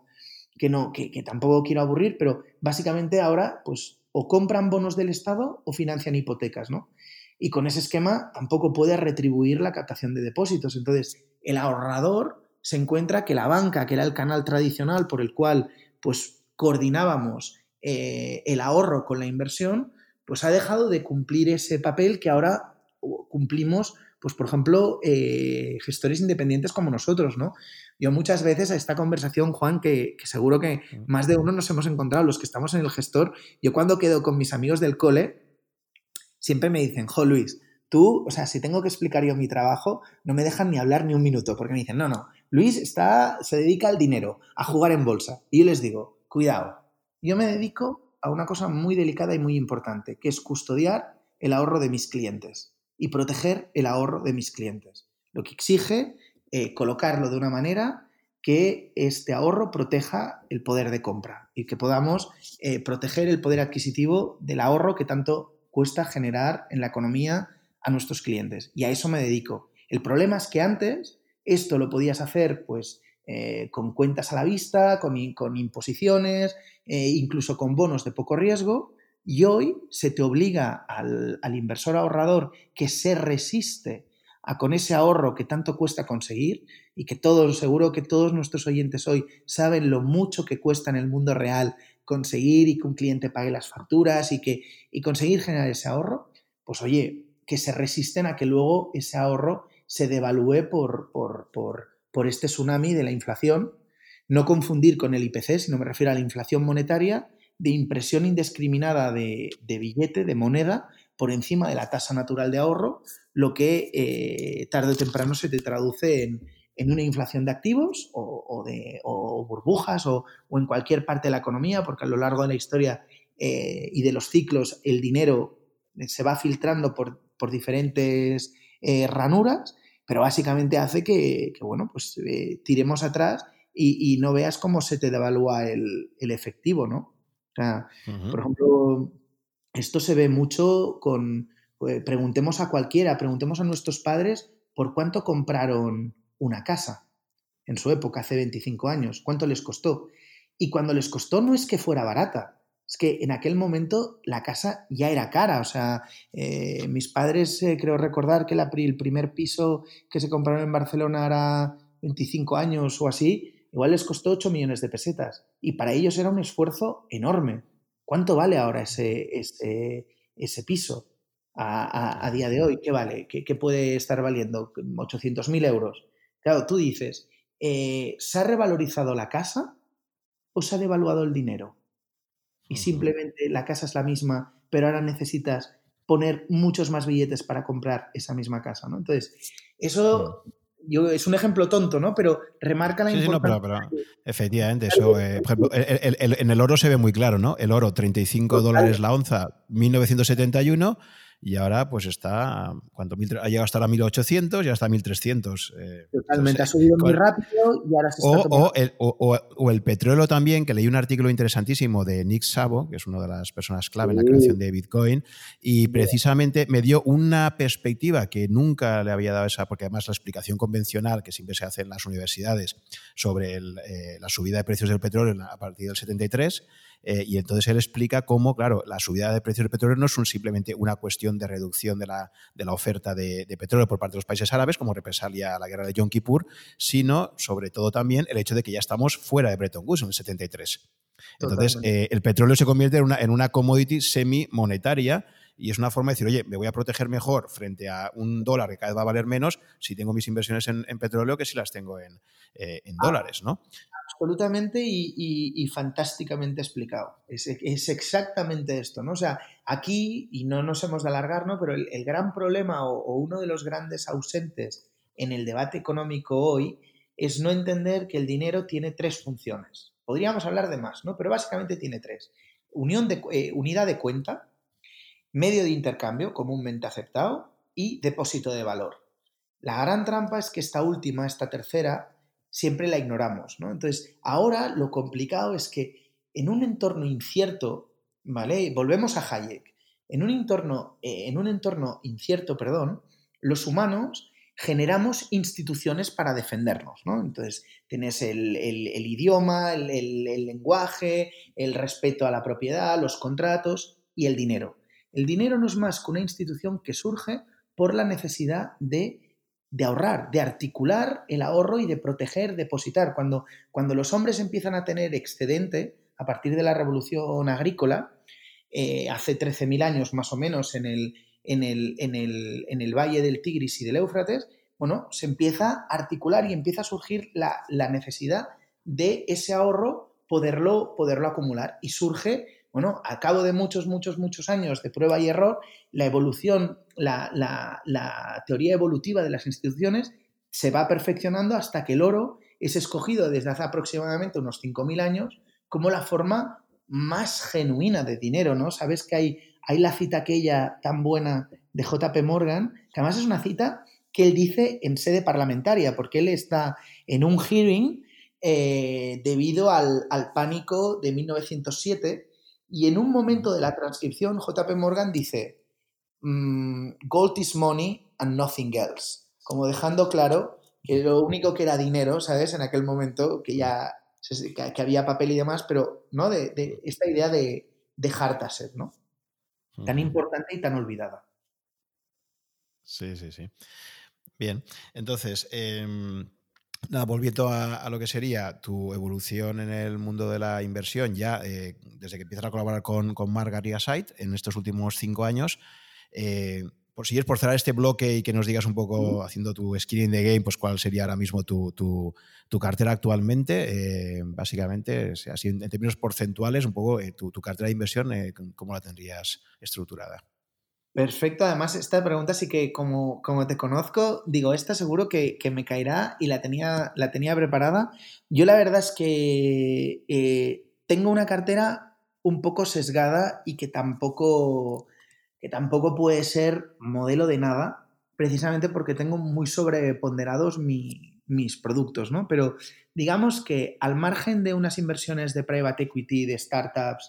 que tampoco quiero aburrir, pero básicamente ahora pues o compran bonos del Estado o financian hipotecas, ¿no? Y con ese esquema tampoco puede retribuir la captación de depósitos. Entonces, el ahorrador se encuentra que la banca, que era el canal tradicional por el cual pues coordinábamos el ahorro con la inversión, pues ha dejado de cumplir ese papel que ahora cumplimos, pues por ejemplo, gestores independientes como nosotros, ¿no? Yo muchas veces a esta conversación, Juan, que seguro que más de uno nos hemos encontrado, los que estamos en el gestor, yo cuando quedo con mis amigos del cole, siempre me dicen, jo, Luis, tú, o sea, si tengo que explicar yo mi trabajo, no me dejan ni hablar ni un minuto, porque me dicen, no, Luis se dedica al dinero, a jugar en bolsa. Y yo les digo, cuidado, yo me dedico a una cosa muy delicada y muy importante, que es custodiar el ahorro de mis clientes y proteger el ahorro de mis clientes. Lo que exige colocarlo de una manera que este ahorro proteja el poder de compra y que podamos proteger el poder adquisitivo del ahorro que tanto cuesta generar en la economía a nuestros clientes. Y a eso me dedico. El problema es que antes esto lo podías hacer pues con cuentas a la vista, con imposiciones, incluso con bonos de poco riesgo, y hoy se te obliga al inversor ahorrador que se resiste a con ese ahorro que tanto cuesta conseguir y que seguro que todos nuestros oyentes hoy saben lo mucho que cuesta en el mundo real conseguir y que un cliente pague las facturas y conseguir generar ese ahorro, pues oye, que se resisten a que luego ese ahorro se devalúe por este tsunami de la inflación. No confundir con el IPC, sino me refiero a la inflación monetaria de impresión indiscriminada de billete, de moneda, por encima de la tasa natural de ahorro, lo que tarde o temprano se te traduce en una inflación de activos o burbujas o en cualquier parte de la economía, porque a lo largo de la historia y de los ciclos el dinero se va filtrando por diferentes ranuras, pero básicamente hace que bueno, pues tiremos atrás y no veas cómo se te devalúa el efectivo, ¿no? O sea, por ejemplo, Esto se ve mucho preguntemos a cualquiera, preguntemos a nuestros padres por cuánto compraron una casa en su época, hace 25 años, cuánto les costó. Y cuando les costó no es que fuera barata, es que en aquel momento la casa ya era cara. O sea, mis padres, creo recordar que el primer piso que se compraron en Barcelona era 25 años o así, igual les costó 8 millones de pesetas. Y para ellos era un esfuerzo enorme. ¿Cuánto vale ahora ese piso a día de hoy? ¿Qué vale? ¿Qué puede estar valiendo? 800.000 euros. Claro, tú dices, ¿se ha revalorizado la casa o se ha devaluado el dinero? Y Ujú. simplemente la casa es la misma, pero ahora necesitas poner muchos más billetes para comprar esa misma casa, ¿no? Entonces, Mm. eso es un ejemplo tonto, ¿no? Pero remarca la Sí, sí, no, importancia pero de efectivamente, estar eso, bien por ejemplo, en el oro se ve muy claro, ¿no? El oro, $35 total, la onza, 1971, y ahora pues está, ¿cuánto? Ha llegado hasta ahora 1800 y hasta 1300. totalmente. Ha Entonces, subido muy rápido y ahora se está tomando. o el petróleo también, que leí un artículo interesantísimo de Nick Szabo, que es una de las personas clave en la creación Sí, de Bitcoin, y bueno, precisamente me dio una perspectiva que nunca le había dado esa, porque además la explicación convencional que siempre se hace en las universidades sobre la subida de precios del petróleo a partir del 73, y entonces él explica cómo, claro, la subida de precios del petróleo no es simplemente una cuestión de reducción de la oferta de petróleo por parte de los países árabes, como represalia a la guerra de Yom Kippur, sino sobre todo también el hecho de que ya estamos fuera de Bretton Woods en el 73. Entonces, totalmente. el petróleo se convierte en una commodity semi-monetaria y es una forma de decir, oye, me voy a proteger mejor frente a un dólar que cada vez va a valer menos si tengo mis inversiones en petróleo que si las tengo en dólares, ¿no? Absolutamente y fantásticamente explicado. Es exactamente esto, ¿no? O sea, aquí, y no nos hemos de alargar, ¿no? Pero el gran problema o uno de los grandes ausentes en el debate económico hoy es no entender que el dinero tiene tres funciones. Podríamos hablar de más, ¿no? Pero básicamente tiene tres. Unidad de cuenta, medio de intercambio comúnmente aceptado y depósito de valor. La gran trampa es que esta última, esta tercera, siempre la ignoramos, ¿no? Entonces, ahora lo complicado es que en un entorno incierto, ¿vale? Volvemos a Hayek. En un entorno incierto, perdón, los humanos generamos instituciones para defendernos, ¿no? Entonces, tienes el idioma, el lenguaje, el respeto a la propiedad, los contratos y el dinero. El dinero no es más que una institución que surge por la necesidad de ahorrar, de articular el ahorro y de proteger, depositar. Cuando los hombres empiezan a tener excedente, a partir de la revolución agrícola, hace 13.000 años más o menos en el valle del Tigris y del Éufrates, bueno, se empieza a articular y empieza a surgir la necesidad de ese ahorro poderlo acumular. Y surge, bueno, a cabo de muchos, muchos, muchos años de prueba y error, la evolución, la teoría evolutiva de las instituciones se va perfeccionando hasta que el oro es escogido desde hace aproximadamente unos 5.000 años como la forma más genuina de dinero, ¿no? Sabes que hay la cita aquella tan buena de JP Morgan, que además es una cita que él dice en sede parlamentaria, porque él está en un hearing debido al pánico de 1907 y en un momento de la transcripción JP Morgan dice gold is money and nothing else, como dejando claro que lo único que era dinero, ¿sabes? En aquel momento que ya que había papel y demás, pero ¿no? De esta idea de hard asset, ¿no? Tan Ujú. importante y tan olvidada. Sí, sí, sí. Bien, entonces, nada, volviendo a lo que sería tu evolución en el mundo de la inversión, ya desde que empiezas a colaborar con Margaret Aside en estos últimos 5 años, por si es por cerrar este bloque y que nos digas un poco, haciendo tu skin in the game, pues cuál sería ahora mismo tu cartera actualmente, básicamente, así en términos porcentuales, un poco tu cartera de inversión, ¿cómo la tendrías estructurada? Perfecto, además esta pregunta sí que como te conozco, digo, esta seguro que me caerá y la tenía preparada. Yo la verdad es que tengo una cartera un poco sesgada y que tampoco puede ser modelo de nada, precisamente porque tengo muy sobreponderados mis productos, ¿no? Pero digamos que al margen de unas inversiones de private equity, de startups,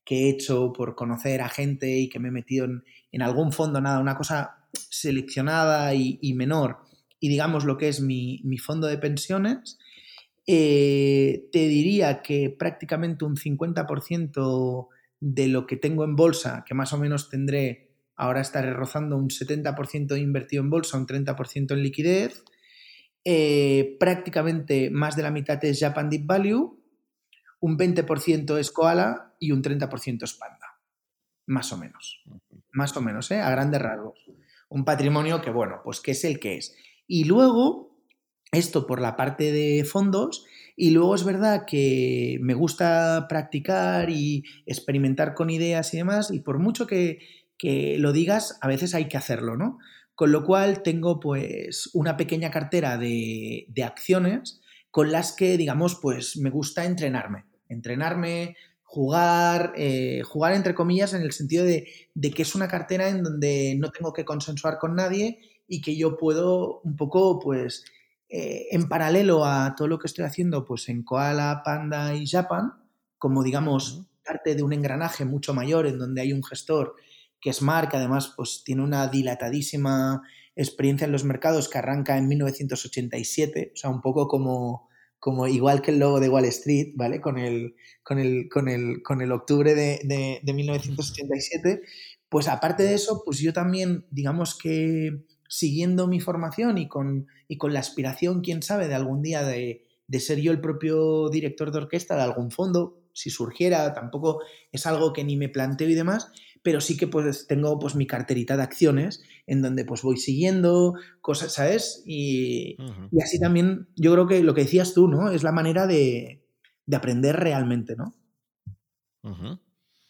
que he hecho por conocer a gente y que me he metido en algún fondo, nada, una cosa seleccionada y menor, y digamos lo que es mi fondo de pensiones, te diría que prácticamente un 50% de lo que tengo en bolsa, que más o menos tendré, ahora estaré rozando un 70% invertido en bolsa, un 30% en liquidez, prácticamente más de la mitad es Japan Deep Value, un 20% es Koala y un 30% es Panda, más o menos, a grandes rasgos. Un patrimonio que, bueno, pues que es el que es. Y luego, esto por la parte de fondos, y luego es verdad que me gusta practicar y experimentar con ideas y demás, y por mucho que lo digas, a veces hay que hacerlo, ¿no? Con lo cual tengo pues una pequeña cartera de acciones con las que, digamos, pues me gusta entrenarme, jugar entre comillas en el sentido de que es una cartera en donde no tengo que consensuar con nadie y que yo puedo un poco, pues, en paralelo a todo lo que estoy haciendo, pues en Koala, Panda y Japan, como digamos parte de un engranaje mucho mayor en donde hay un gestor que es Mark, que además pues tiene una dilatadísima experiencia en los mercados que arranca en 1987, o sea, un poco como igual que el logo de Wall Street, ¿vale? Con el octubre de 1987, pues aparte de eso, pues yo también, digamos que siguiendo mi formación y con la aspiración, quién sabe, de algún día de ser yo el propio director de orquesta de algún fondo, si surgiera, tampoco es algo que ni me planteo y demás, pero sí que pues tengo pues mi carterita de acciones en donde pues voy siguiendo cosas, ¿sabes? Y así también yo creo que lo que decías tú, ¿no? Es la manera de aprender realmente, ¿no? Uh-huh.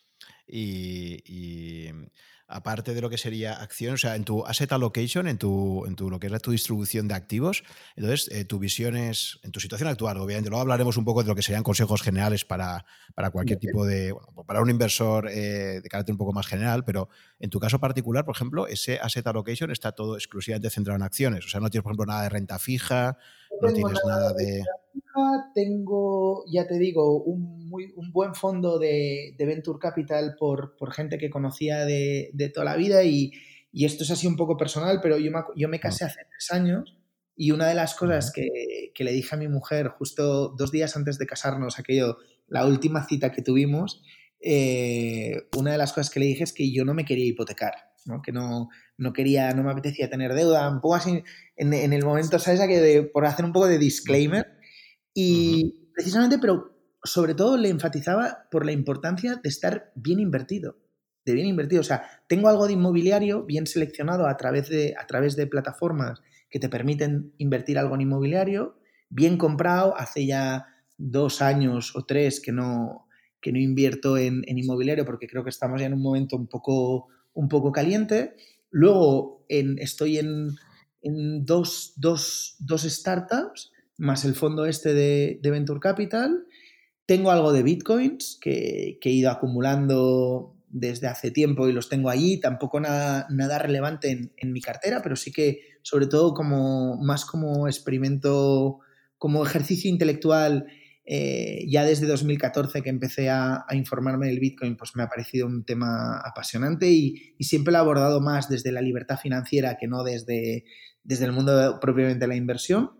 Y aparte de lo que sería acción, o sea, en tu asset allocation, en tu lo que es tu distribución de activos, entonces tu visión es, en tu situación actual, obviamente, luego hablaremos un poco de lo que serían consejos generales para cualquier tipo de, bueno, para un inversor de carácter un poco más general, pero en tu caso particular, por ejemplo, ese asset allocation está todo exclusivamente centrado en acciones, o sea, no tienes, por ejemplo, nada de renta fija, no Tengo tienes nada nada de de... fija, tengo, ya te digo, un buen fondo de Venture Capital por gente que conocía de toda la vida y esto es así un poco personal, pero yo me casé hace 3 años y una de las cosas que le dije a mi mujer justo 2 días antes de casarnos, aquello, la última cita que tuvimos, una de las cosas que le dije es que yo no me quería hipotecar, ¿no? Que no quería, no me apetecía tener deuda, un poco así en el momento, ¿sabes? Por hacer un poco de disclaimer. Y precisamente, pero sobre todo le enfatizaba por la importancia de estar bien invertido. De bien invertido. O sea, tengo algo de inmobiliario bien seleccionado a través de plataformas que te permiten invertir algo en inmobiliario, bien comprado, hace ya 2 años o 3 que no invierto en inmobiliario porque creo que estamos ya en un momento un poco caliente. Luego estoy en dos startups, más el fondo este de Venture Capital. Tengo algo de bitcoins que he ido acumulando desde hace tiempo y los tengo allí. Tampoco nada relevante en mi cartera, pero sí que sobre todo más como experimento, como ejercicio intelectual. Ya desde 2014 que empecé a informarme del Bitcoin, pues me ha parecido un tema apasionante y siempre lo he abordado más desde la libertad financiera que no desde el mundo propiamente de la inversión.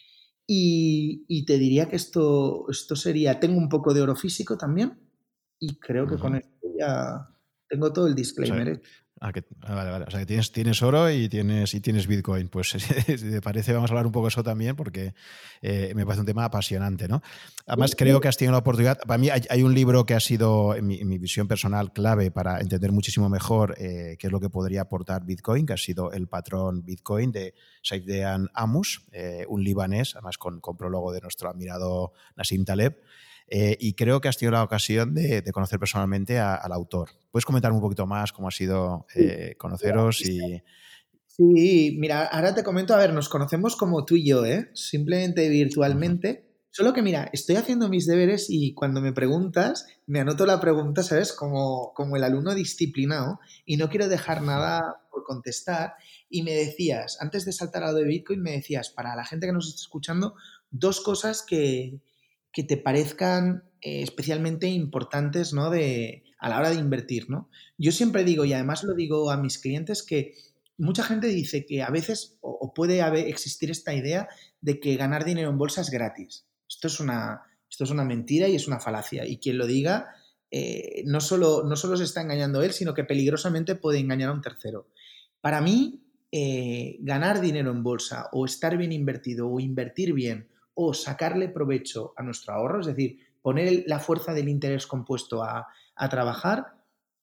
Y te diría que esto sería, tengo un poco de oro físico también y creo que con esto ya tengo todo el O sea, disclaimer. vale. O sea, que tienes oro y tienes Bitcoin. Pues si te parece, vamos a hablar un poco de eso también, porque me parece un tema apasionante, ¿no? Además, creo que has tenido la oportunidad. Para mí hay un libro que ha sido, en mi visión personal, clave para entender muchísimo mejor qué es lo que podría aportar Bitcoin, que ha sido El patrón Bitcoin de Saifedean Ammous, un libanés, además con prólogo de nuestro admirado Nassim Taleb. Y creo que has tenido la ocasión de conocer personalmente al autor. ¿Puedes comentar un poquito más cómo ha sido conoceros? Sí, mira, ahora te comento, a ver, nos conocemos como tú y yo, ¿eh? Simplemente virtualmente. Solo que, mira, estoy haciendo mis deberes y cuando me preguntas, me anoto la pregunta, ¿sabes? Como el alumno disciplinado y no quiero dejar nada por contestar. Y me decías, antes de saltar a lo de Bitcoin, me decías, para la gente que nos está escuchando, 2 cosas que te parezcan especialmente importantes, ¿no? a la hora de invertir, ¿no? Yo siempre digo, y además lo digo a mis clientes, que mucha gente dice que a veces o puede existir esta idea de que ganar dinero en bolsa es gratis. Esto es una mentira y es una falacia. Y quien lo diga, no solo se está engañando él, sino que peligrosamente puede engañar a un tercero. Para mí, ganar dinero en bolsa o estar bien invertido o invertir bien o sacarle provecho a nuestro ahorro, es decir, poner la fuerza del interés compuesto a trabajar,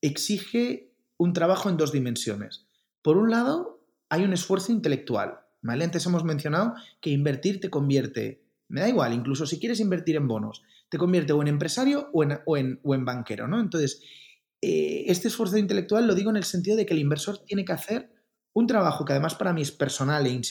exige un trabajo en dos dimensiones. Por un lado, hay un esfuerzo intelectual, ¿vale? Antes hemos mencionado que invertir te convierte, me da igual, incluso si quieres invertir en bonos, te convierte o en empresario o en banquero, ¿no? Entonces, este esfuerzo intelectual lo digo en el sentido de que el inversor tiene que hacer un trabajo que además para mí es personal e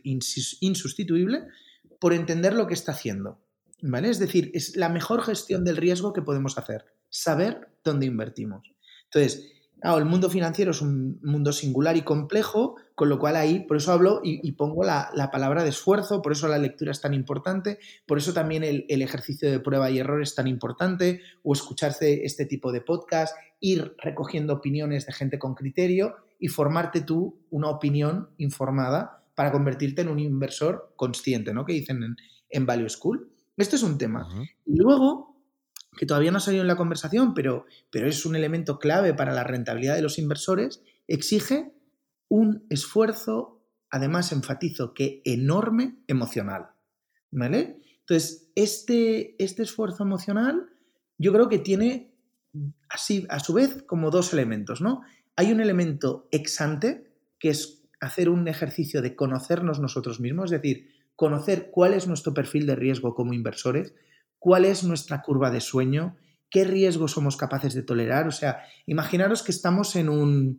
insustituible por entender lo que está haciendo, ¿vale? Es decir, es la mejor gestión del riesgo que podemos hacer, saber dónde invertimos. Entonces, claro, el mundo financiero es un mundo singular y complejo, con lo cual ahí, por eso hablo y pongo la palabra de esfuerzo, por eso la lectura es tan importante, por eso también el ejercicio de prueba y error es tan importante, o escucharse este tipo de podcast, ir recogiendo opiniones de gente con criterio y formarte tú una opinión informada para convertirte en un inversor consciente, ¿no? Que dicen en Value School. Esto es un tema. Uh-huh. Y luego, que todavía no ha salido en la conversación, pero es un elemento clave para la rentabilidad de los inversores, exige un esfuerzo, además enfatizo que enorme, emocional, ¿vale? Entonces, este esfuerzo emocional yo creo que tiene así, a su vez, como dos elementos, ¿no? Hay un elemento ex ante, que es hacer un ejercicio de conocernos nosotros mismos, es decir, conocer cuál es nuestro perfil de riesgo como inversores, cuál es nuestra curva de sueño, qué riesgos somos capaces de tolerar. O sea, imaginaros que estamos en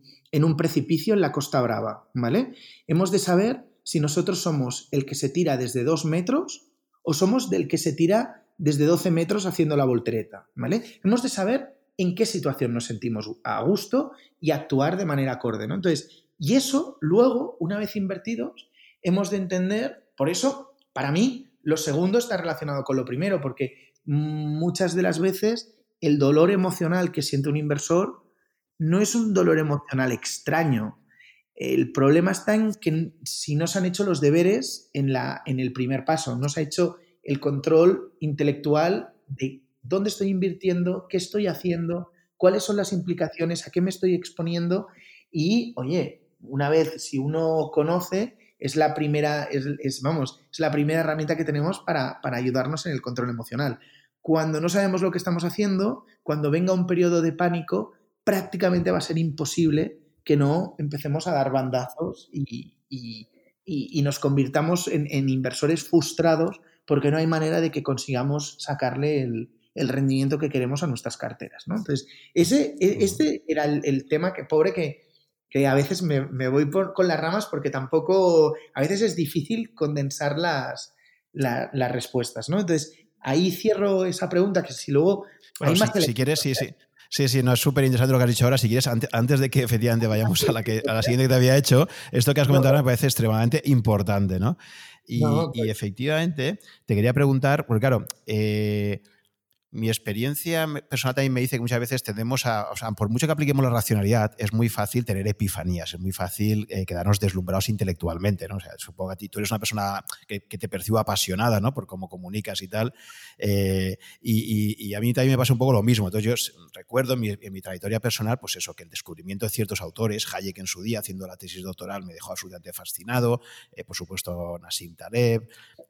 un precipicio en la Costa Brava, ¿vale? Hemos de saber si nosotros somos el que se tira desde 2 metros o somos del que se tira desde 12 metros haciendo la voltereta, ¿vale? Hemos de saber en qué situación nos sentimos a gusto y actuar de manera acorde, ¿no? Entonces, y eso luego, una vez invertidos, hemos de entender, por eso, para mí, lo segundo está relacionado con lo primero, porque muchas de las veces el dolor emocional que siente un inversor no es un dolor emocional extraño. El problema está en que si no se han hecho los deberes en el primer paso, no se ha hecho el control intelectual de dónde estoy invirtiendo, qué estoy haciendo, cuáles son las implicaciones, a qué me estoy exponiendo y, oye, una vez si uno conoce, es la primera herramienta que tenemos para ayudarnos en el control emocional. Cuando no sabemos lo que estamos haciendo, cuando venga un periodo de pánico, prácticamente va a ser imposible que no empecemos a dar bandazos y nos convirtamos en inversores frustrados porque no hay manera de que consigamos sacarle el rendimiento que queremos a nuestras carteras, ¿no? Entonces, este era el tema que a veces me voy con las ramas porque tampoco, a veces es difícil condensar las respuestas, ¿no? Entonces, ahí cierro esa pregunta, que si luego bueno, si quieres, sí. Sí, no, es súper interesante lo que has dicho ahora. Si quieres, antes de que efectivamente vayamos a la siguiente que te había hecho, esto que has comentado me parece extremadamente importante, ¿no? Y efectivamente, te quería preguntar, porque claro, mi experiencia personal también me dice que muchas veces tendemos o sea, por mucho que apliquemos la racionalidad, es muy fácil tener epifanías, es muy fácil quedarnos deslumbrados intelectualmente, ¿no? O sea, supongo que tú eres una persona que te percibo apasionada, ¿no? Por cómo comunicas y tal. Y a mí también me pasa un poco lo mismo. Entonces yo recuerdo en mi trayectoria personal, pues eso, que el descubrimiento de ciertos autores, Hayek en su día, haciendo la tesis doctoral, me dejó absolutamente fascinado, por supuesto Nassim Taleb,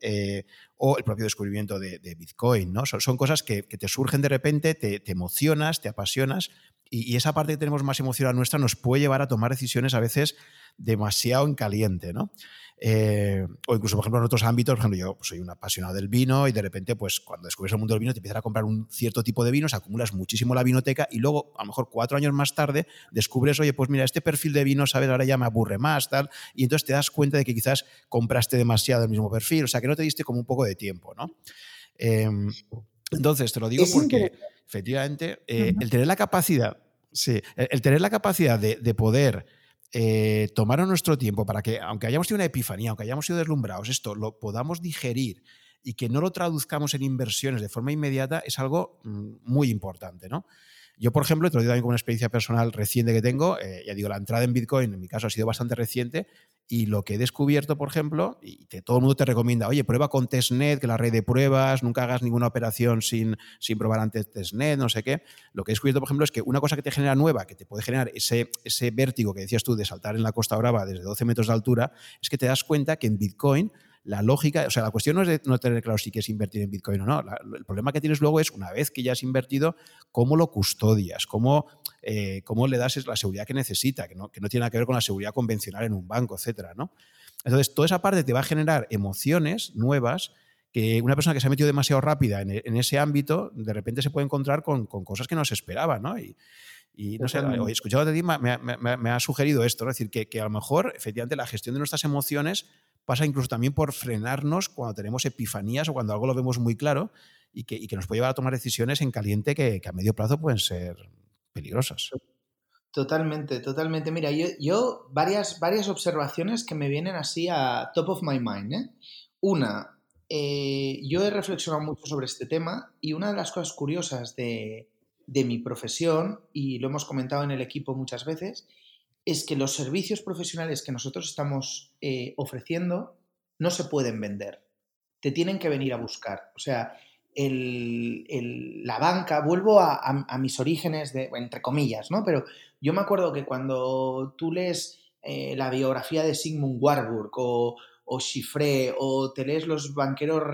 o el propio descubrimiento de Bitcoin, ¿no? Son cosas que te surgen de repente, te emocionas, te apasionas y esa parte que tenemos más emocional nuestra nos puede llevar a tomar decisiones a veces demasiado en caliente, ¿no? O incluso, por ejemplo, en otros ámbitos, por ejemplo, yo soy un apasionado del vino y de repente, pues cuando descubres el mundo del vino te empiezas a comprar un cierto tipo de vinos, acumulas muchísimo la vinoteca y luego, a lo mejor 4 años más tarde, descubres, oye, pues mira, este perfil de vino, ¿sabes? Ahora ya me aburre más, tal, y entonces te das cuenta de que quizás compraste demasiado el mismo perfil, o sea, que no te diste como un poco de tiempo, ¿no? Entonces, te lo digo porque efectivamente el tener la capacidad, de poder tomar nuestro tiempo para que, aunque hayamos tenido una epifanía, aunque hayamos sido deslumbrados, esto lo podamos digerir y que no lo traduzcamos en inversiones de forma inmediata, es algo muy importante, ¿no? Yo, por ejemplo, te lo digo también con una experiencia personal reciente que tengo, ya digo, la entrada en Bitcoin en mi caso ha sido bastante reciente y lo que he descubierto, por ejemplo, y que todo el mundo te recomienda, oye, prueba con testnet, que es la red de pruebas, nunca hagas ninguna operación sin probar antes testnet, no sé qué. Lo que he descubierto, por ejemplo, es que una cosa que te genera nueva, que te puede generar ese vértigo que decías tú de saltar en la Costa Brava desde 12 metros de altura, es que te das cuenta que en Bitcoin la lógica, o sea, la cuestión no es de no tener claro si quieres invertir en Bitcoin o no. El problema que tienes luego es, una vez que ya has invertido, cómo lo custodias, cómo le das la seguridad que necesita, que no tiene nada que ver con la seguridad convencional en un banco, etcétera, ¿no? Entonces, toda esa parte te va a generar emociones nuevas que una persona que se ha metido demasiado rápida en ese ámbito, de repente se puede encontrar con cosas que no se esperaba, ¿no? Y no sé, escuchado de ti me ha sugerido esto, ¿no? Es decir, que a lo mejor, efectivamente, la gestión de nuestras emociones pasa incluso también por frenarnos cuando tenemos epifanías o cuando algo lo vemos muy claro y que nos puede llevar a tomar decisiones en caliente que a medio plazo pueden ser peligrosas. Totalmente, totalmente. Mira, yo varias observaciones que me vienen así a top of my mind, ¿eh? Una, yo he reflexionado mucho sobre este tema y una de las cosas curiosas de mi profesión, y lo hemos comentado en el equipo muchas veces, es que los servicios profesionales que nosotros estamos ofreciendo no se pueden vender. Te tienen que venir a buscar. O sea, la banca, vuelvo a mis orígenes, entre comillas, ¿no? Pero yo me acuerdo que cuando tú lees la biografía de Sigmund Warburg o Chiffré, o te lees los banqueros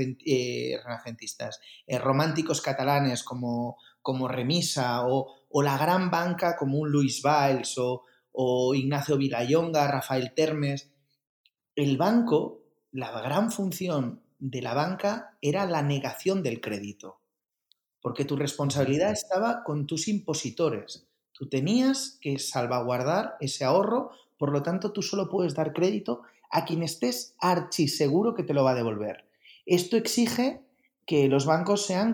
renacentistas, románticos catalanes como Remisa, o la gran banca como un Luis Valls o Ignacio Villayonga, Rafael Termes, el banco, la gran función de la banca era la negación del crédito, porque tu responsabilidad estaba con tus impositores. Tú tenías que salvaguardar ese ahorro, por lo tanto tú solo puedes dar crédito a quien estés archiseguro que te lo va a devolver. Esto exige que los bancos sean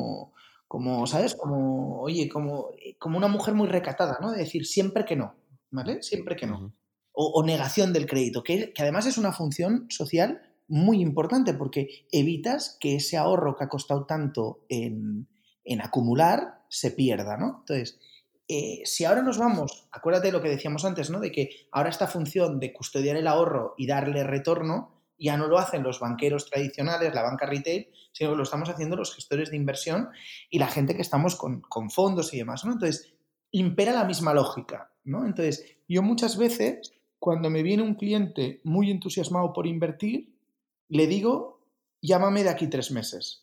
¿sabes? Oye, como una mujer muy recatada, ¿no? De decir siempre que no, ¿vale? Siempre que no. Uh-huh. O negación del crédito, que además es una función social muy importante porque evitas que ese ahorro que ha costado tanto en acumular se pierda, ¿no? Entonces, si ahora nos vamos, acuérdate de lo que decíamos antes, ¿no? De que ahora esta función de custodiar el ahorro y darle retorno ya no lo hacen los banqueros tradicionales, la banca retail, sino que lo estamos haciendo los gestores de inversión y la gente que estamos con fondos y demás, ¿no? Entonces, impera la misma lógica, ¿no? Entonces, yo muchas veces, cuando me viene un cliente muy entusiasmado por invertir, le digo, llámame de aquí 3 meses.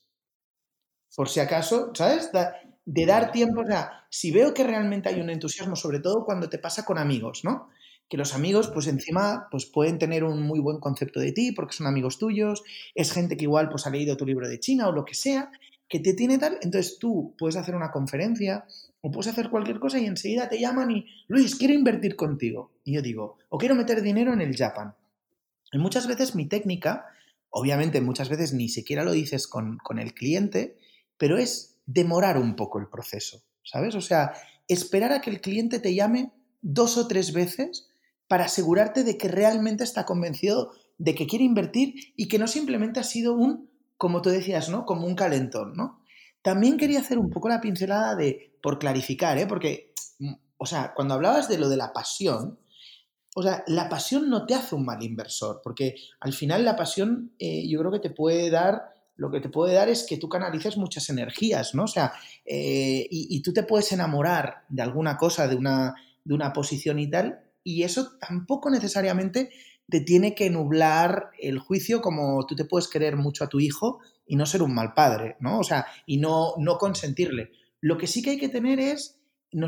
Por si acaso, ¿sabes? De dar tiempo, o sea, si veo que realmente hay un entusiasmo, sobre todo cuando te pasa con amigos, ¿no? Que los amigos, pues encima, pues pueden tener un muy buen concepto de ti porque son amigos tuyos, es gente que igual pues ha leído tu libro de China o lo que sea, que te tiene tal, entonces tú puedes hacer una conferencia o puedes hacer cualquier cosa y enseguida te llaman y, Luis, quiero invertir contigo. Y yo digo, o quiero meter dinero en el Japan. Y muchas veces mi técnica, obviamente muchas veces ni siquiera lo dices con el cliente, pero es demorar un poco el proceso, ¿sabes? O sea, esperar a que el cliente te llame 2 o 3 veces para asegurarte de que realmente está convencido de que quiere invertir y que no simplemente ha sido como tú decías, ¿no? Como un calentón, ¿no? También quería hacer un poco la pincelada por clarificar, ¿eh? Porque, o sea, cuando hablabas de lo de la pasión, o sea, la pasión no te hace un mal inversor, porque al final la pasión yo creo que te puede dar, lo que te puede dar es que tú canalices muchas energías, ¿no? O sea, y tú te puedes enamorar de alguna cosa, de una posición y tal, y eso tampoco necesariamente te tiene que nublar el juicio como tú te puedes querer mucho a tu hijo y no ser un mal padre, ¿no? O sea, y no consentirle. Lo que sí que hay que tener es,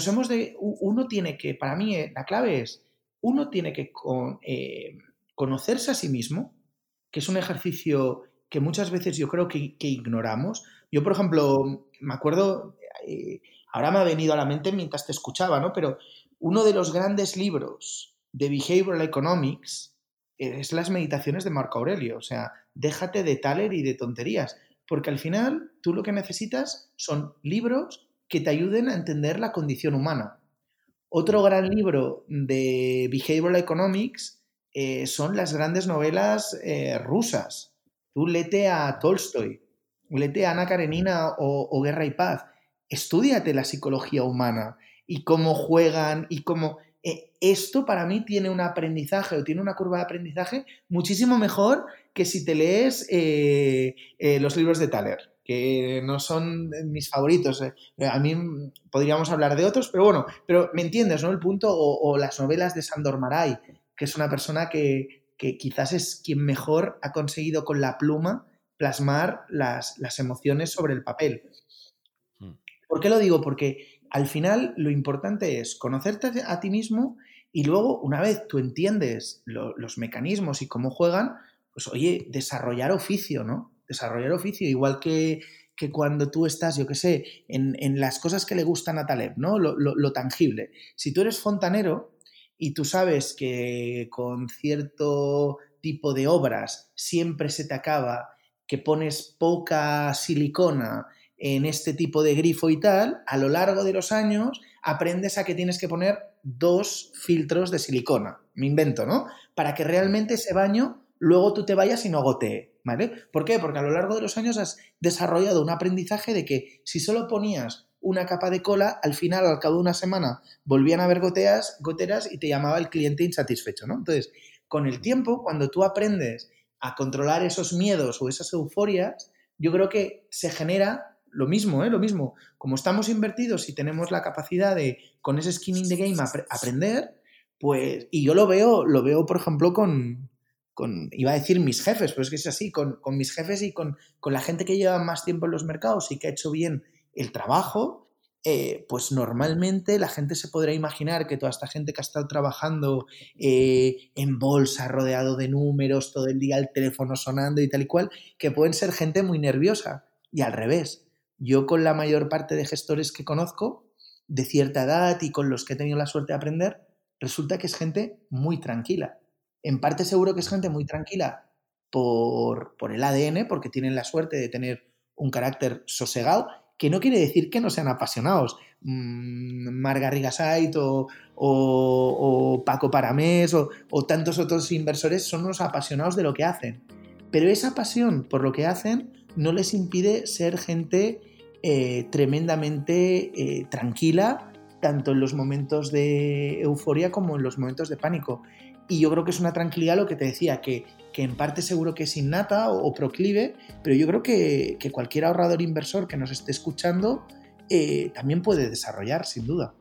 uno tiene que, para mí la clave es, uno tiene que conocerse a sí mismo, que es un ejercicio que muchas veces yo creo que ignoramos. Yo, por ejemplo, me acuerdo, ahora me ha venido a la mente mientras te escuchaba, ¿no? Pero uno de los grandes libros de Behavioral Economics es Las Meditaciones de Marco Aurelio. O sea, déjate de taler y de tonterías, porque al final tú lo que necesitas son libros que te ayuden a entender la condición humana. Otro gran libro de Behavioral Economics son las grandes novelas rusas. Tú léete a Tolstoy, léete a Ana Karenina o Guerra y Paz. estúdiate la psicología humana y cómo juegan y cómo... esto para mí tiene un aprendizaje o tiene una curva de aprendizaje muchísimo mejor que si te lees los libros de Thaler, que no son mis favoritos. A mí podríamos hablar de otros, pero bueno, pero me entiendes, ¿no? El punto, o las novelas de Sándor Márai, que es una persona que quizás es quien mejor ha conseguido con la pluma plasmar las emociones sobre el papel. ¿Por qué lo digo? Porque al final lo importante es conocerte a ti mismo y luego, una vez tú entiendes los mecanismos y cómo juegan, pues oye, desarrollar oficio, ¿no? Desarrollar oficio, igual que cuando tú estás, yo qué sé, en las cosas que le gustan a Taleb, ¿no? Lo tangible. Si tú eres fontanero y tú sabes que con cierto tipo de obras siempre se te acaba, que pones poca silicona en este tipo de grifo y tal, a lo largo de los años aprendes a que tienes que poner 2 filtros de silicona, me invento, ¿no? Para que realmente ese baño luego tú te vayas y no gotee, ¿vale? ¿Por qué? Porque a lo largo de los años has desarrollado un aprendizaje de que si solo ponías una capa de cola, al final, al cabo de una semana, volvían a haber goteras y te llamaba el cliente insatisfecho, ¿no? Entonces, con el tiempo, cuando tú aprendes a controlar esos miedos o esas euforias, yo creo que se genera lo mismo, lo mismo. Como estamos invertidos y tenemos la capacidad de, con ese skin in the game, aprender, pues, y yo lo veo, por ejemplo, con iba a decir mis jefes, pero es que es así, con mis jefes y con la gente que lleva más tiempo en los mercados y que ha hecho bien el trabajo, pues normalmente la gente se podrá imaginar que toda esta gente que ha estado trabajando en bolsa, rodeado de números, todo el día el teléfono sonando y tal y cual, que pueden ser gente muy nerviosa. Y al revés, yo con la mayor parte de gestores que conozco, de cierta edad y con los que he tenido la suerte de aprender, resulta que es gente muy tranquila. En parte seguro que es gente muy tranquila por el ADN, porque tienen la suerte de tener un carácter sosegado, que no quiere decir que no sean apasionados. Marga Rigasait o Paco Paramés o tantos otros inversores son unos apasionados de lo que hacen. Pero esa pasión por lo que hacen no les impide ser gente tremendamente tranquila, tanto en los momentos de euforia como en los momentos de pánico. Y yo creo que es una tranquilidad, lo que te decía, que en parte seguro que es innata o proclive, pero yo creo que cualquier ahorrador inversor que nos esté escuchando también puede desarrollar, sin duda.